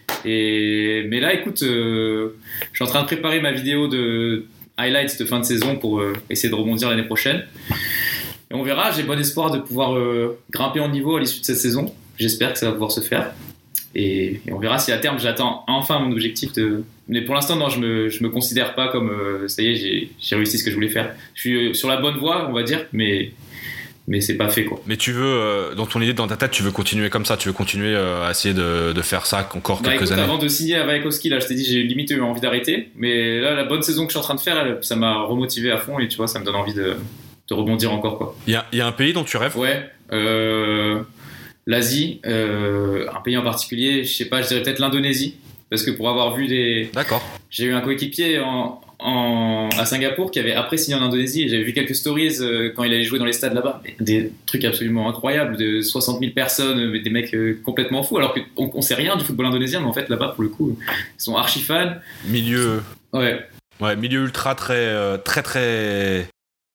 Et mais là, écoute, euh, je suis en train de préparer ma vidéo de highlights de fin de saison pour euh, essayer de rebondir l'année prochaine. Et on verra. J'ai bon espoir de pouvoir euh, grimper en niveau à l'issue de cette saison. J'espère que ça va pouvoir se faire. Et, et on verra si à terme j'atteins enfin mon objectif de. Mais pour l'instant, non, je me je me considère pas comme euh, ça y est, j'ai j'ai réussi ce que je voulais faire. Je suis sur la bonne voie, on va dire, mais. mais c'est pas fait, quoi. Mais tu veux, euh, dans ton idée, dans ta tête, tu veux continuer comme ça, tu veux continuer euh, à essayer de, de faire ça encore bah, quelques écoute, années. Avant de signer à Vajakowski, là, je t'ai dit, j'ai limite eu envie d'arrêter, mais là, la bonne saison que je suis en train de faire, elle, ça m'a remotivé à fond et tu vois, ça me donne envie de, de rebondir encore, quoi. Il y a, y a un pays dont tu rêves ? Ouais, euh, l'Asie, euh, un pays en particulier, je sais pas, je dirais peut-être l'Indonésie, parce que pour avoir vu des... D'accord. J'ai eu un coéquipier en, en, à Singapour qui avait après signé en Indonésie et j'avais vu quelques stories euh, quand il allait jouer dans les stades là-bas, des trucs absolument incroyables, de soixante mille personnes, des mecs euh, complètement fous, alors qu'on on sait rien du football indonésien, mais en fait là-bas pour le coup ils sont archi fans. Milieu. Ouais. Ouais, milieu ultra très euh, très très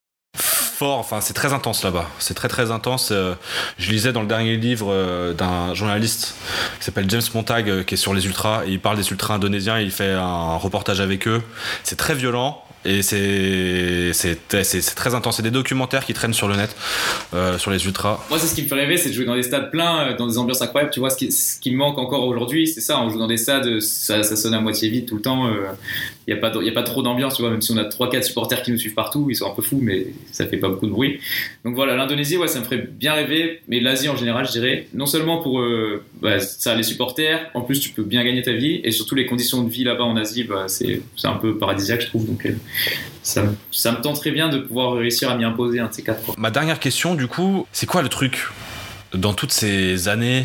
fort, enfin c'est très intense là-bas, c'est très très intense. Euh, je lisais dans le dernier livre euh, d'un journaliste qui s'appelle James Montag euh, qui est sur les ultras et il parle des ultras indonésiens, il fait un reportage avec eux, c'est très violent et c'est, c'est, c'est, c'est très intense, c'est des documentaires qui traînent sur le net euh, sur les ultras. Moi c'est ce qui me fait rêver, c'est de jouer dans des stades pleins, dans des ambiances incroyables, tu vois, ce qui, ce qui me manque encore aujourd'hui c'est ça, on joue dans des stades, ça, ça sonne à moitié vide tout le temps, il euh, n'y a, a pas trop d'ambiance, tu vois, même si on a trois quatre supporters qui nous suivent partout, ils sont un peu fous mais ça fait pas beaucoup de bruit. Donc voilà, l'Indonésie, ouais, ça me ferait bien rêver, mais l'Asie en général, je dirais, non seulement pour euh, bah, ça, les supporters, en plus tu peux bien gagner ta vie, et surtout les conditions de vie là-bas en Asie, bah, c'est, c'est un peu paradisiaque, je trouve, donc euh, ça, ça me tenterait bien de pouvoir réussir à m'y imposer un de ces quatre, quoi. Ma dernière question, du coup, c'est quoi le truc dans toutes ces années,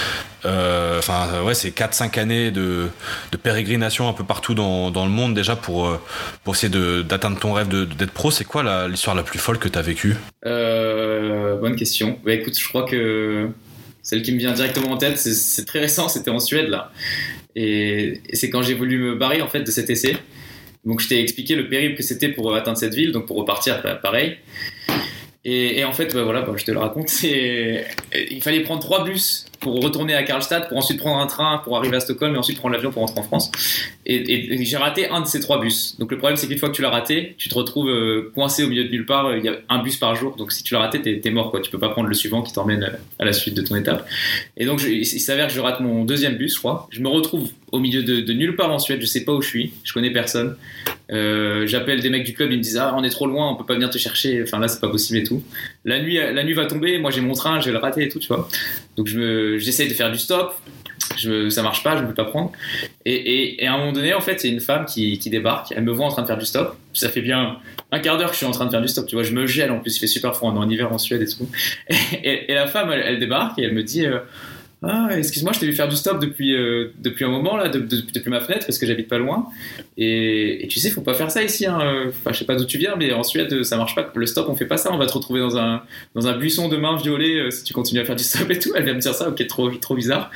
euh, enfin ouais, ces quatre cinq années de, de pérégrination un peu partout dans, dans le monde déjà pour, pour essayer de, d'atteindre ton rêve de, d'être pro, c'est quoi la, l'histoire la plus folle que tu as vécue ? euh, Bonne question. Bah, écoute, je crois que celle qui me vient directement en tête, c'est, c'est très récent, c'était en Suède là. Et, et c'est quand j'ai voulu me barrer en fait de cet essai. Donc je t'ai expliqué le périple que c'était pour atteindre cette ville, donc pour repartir, pareil. Et, et en fait, bah, voilà, bah, je te le raconte, c'est... il fallait prendre trois bus pour retourner à Karlstad, pour ensuite prendre un train pour arriver à Stockholm et ensuite prendre l'avion pour rentrer en France. Et, et, et j'ai raté un de ces trois bus. Donc le problème, c'est qu'une fois que tu l'as raté, tu te retrouves euh, coincé au milieu de nulle part. Il y a un bus par jour, donc si tu l'as raté, t'es, t'es mort, quoi. Tu peux pas prendre le suivant qui t'emmène à la suite de ton étape. Et donc je, il s'avère que je rate mon deuxième bus, je crois. Je me retrouve au milieu de, de nulle part en Suède, je sais pas où je suis, je connais personne. Euh, j'appelle des mecs du club, ils me disent ah on est trop loin, on peut pas venir te chercher, enfin là c'est pas possible et tout. La nuit, la nuit va tomber, moi j'ai mon train, je vais le rater et tout, tu vois. Donc je me, j'essaye de faire du stop, je, ça marche pas, je ne peux pas prendre. Et, et, et à un moment donné, en fait, il y a une femme qui, qui débarque, elle me voit en train de faire du stop. Ça fait bien un quart d'heure que je suis en train de faire du stop, tu vois, je me gèle en plus, il fait super froid, on est en hiver en Suède et tout. Et, et, et la femme, elle, elle débarque et elle me dit. Euh, Ah, excuse-moi, je t'ai vu faire du stop depuis, euh, depuis un moment, là, de, de, depuis ma fenêtre, parce que j'habite pas loin. Et, et tu sais, faut pas faire ça ici. Hein. Enfin, je sais pas d'où tu viens, mais en Suède, ça marche pas. Le stop, on fait pas ça. On va te retrouver dans un, dans un buisson de main violet euh, si tu continues à faire du stop et tout. Elle vient me dire ça, ok, trop, trop bizarre.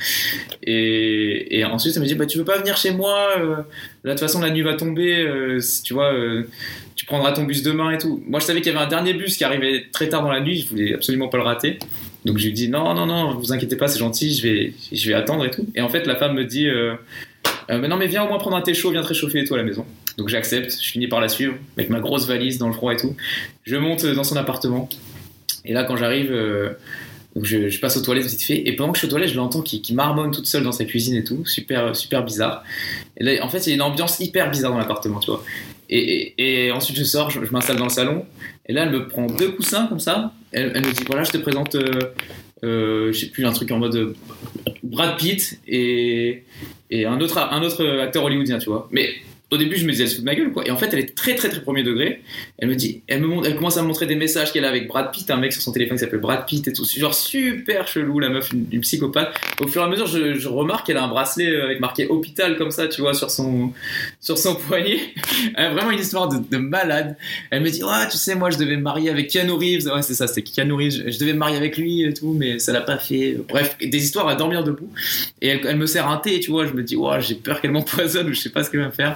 Et, et ensuite, elle me dit, bah, tu veux pas venir chez moi euh, là, de toute façon, la nuit va tomber. Euh, si, tu vois, euh, tu prendras ton bus demain et tout. Moi, je savais qu'il y avait un dernier bus qui arrivait très tard dans la nuit. Je voulais absolument pas le rater. Donc je lui dis non non non vous inquiétez pas c'est gentil je vais je vais attendre et tout et en fait la femme me dit euh, euh, mais non mais viens au moins prendre un thé chaud viens te réchauffer et tout à la maison. Donc j'accepte, je finis par la suivre avec ma grosse valise dans le froid et tout. Je monte dans son appartement et là quand j'arrive euh, donc je, je passe aux toilettes vite fait et pendant que je suis aux toilettes je l'entends qui, qui marmonne toute seule dans sa cuisine et tout, super super bizarre. Et là en fait il y a une ambiance hyper bizarre dans l'appartement tu vois. Et, et, et ensuite je sors, je, je m'installe dans le salon et là elle me prend deux coussins comme ça, elle, elle me dit voilà je te présente euh, euh, je sais plus un truc en mode euh, Brad Pitt et, et un, autre, un autre acteur hollywoodien tu vois. Mais au début je me disais elle se fout de ma gueule quoi. Et en fait elle est très très très premier degré. Elle me dit, elle, me montre, elle commence à me montrer des messages qu'elle a avec Brad Pitt, un mec sur son téléphone qui s'appelle Brad Pitt et tout, genre super chelou la meuf, une, une psychopathe. Au fur et à mesure je, je remarque qu'elle a un bracelet avec marqué hôpital comme ça tu vois sur son, sur son poignet. Elle a vraiment une histoire de, de malade. Elle me dit ouais tu sais moi je devais me marier avec Keanu Reeves, ouais c'est ça c'était Keanu Reeves, je, je devais me marier avec lui et tout mais ça l'a pas fait. Bref des histoires à dormir debout. Et elle, elle me sert un thé tu vois, je me dis ouais j'ai peur qu'elle m'empoisonne ou je sais pas ce qu'elle va faire.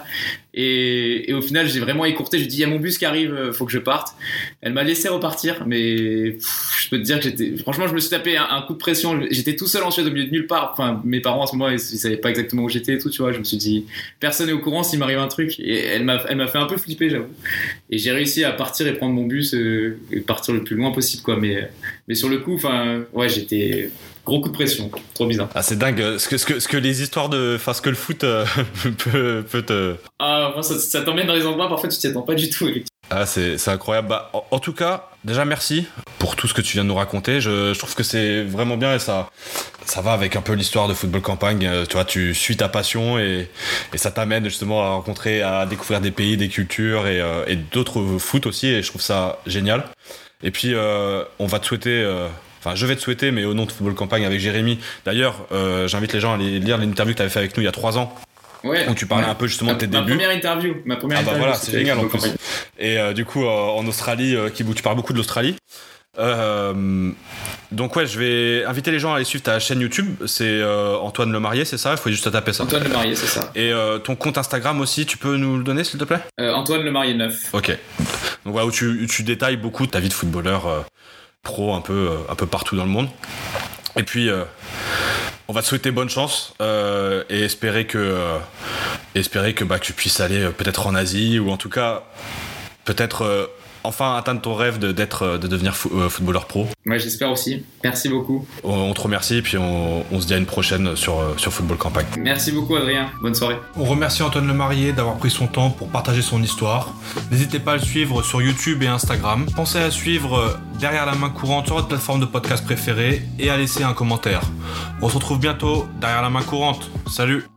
Et, et au final j'ai vraiment écourté, je lui dis il y a mon bus qui arrive, faut que je parte. Elle m'a laissé repartir mais pff, je peux te dire que j'étais franchement je me suis tapé un, un coup de pression, j'étais tout seul en Suède au milieu de nulle part, enfin mes parents à ce moment ils, ils savaient pas exactement où j'étais et tout tu vois, je me suis dit personne n'est au courant s'il m'arrive un truc et elle m'a, elle m'a fait un peu flipper j'avoue. Et j'ai réussi à partir et prendre mon bus euh, et partir le plus loin possible quoi, mais, mais sur le coup enfin ouais j'étais gros coup de pression, trop bizarre. Ah c'est dingue, ce que, ce que, ce que les histoires de, enfin ce que le foot euh, peut, peut te... Ah enfin, ça, ça t'emmène dans les endroits parfois tu t'y attends pas du tout effectivement. Ah c'est, c'est incroyable. Bah, en, en tout cas, déjà merci pour tout ce que tu viens de nous raconter. Je, je trouve que c'est vraiment bien et ça, ça va avec un peu l'histoire de Football Campagne. Tu vois, tu suis ta passion et, et ça t'amène justement à rencontrer, à découvrir des pays, des cultures et, euh, et d'autres foot aussi. Et je trouve ça génial. Et puis, euh, on va te souhaiter... Euh, Enfin, je vais te souhaiter, mais au nom de Football Campagne avec Jérémy. D'ailleurs, euh, j'invite les gens à aller lire l'interview que tu avais fait avec nous il y a trois ans. Ouais. Où tu parlais ouais. un peu justement de tes ma, débuts. Ma première interview. Ma première ah bah interview, voilà, c'est génial en plus. Campagne. Et euh, du coup, euh, en Australie, euh, tu parles beaucoup de l'Australie. Euh, donc ouais, je vais inviter les gens à aller suivre ta chaîne YouTube. C'est euh, Antoine Lemarié, c'est ça? Il faut juste taper ça. Antoine Lemarié, c'est ça. Et euh, ton compte Instagram aussi, tu peux nous le donner s'il te plaît? euh, Antoine Lemarié neuf. Ok. Donc voilà, où tu, où tu détailles beaucoup ta vie de footballeur euh, pro un peu, euh, un peu partout dans le monde. Et puis, euh, on va te souhaiter bonne chance euh, et espérer que, euh, espérer que, bah, que tu puisses aller euh, peut-être en Asie ou en tout cas peut-être euh, enfin atteindre ton rêve de, d'être, de devenir fo- euh, footballeur pro. Ouais, j'espère aussi. Merci beaucoup. On, on te remercie et puis on, on se dit à une prochaine sur, euh, sur Football Campagne. Merci beaucoup Adrien. Bonne soirée. On remercie Antoine Lemarié d'avoir pris son temps pour partager son histoire. N'hésitez pas à le suivre sur YouTube et Instagram. Pensez à suivre Derrière la main courante sur votre plateforme de podcast préférée et à laisser un commentaire. On se retrouve bientôt derrière la main courante. Salut!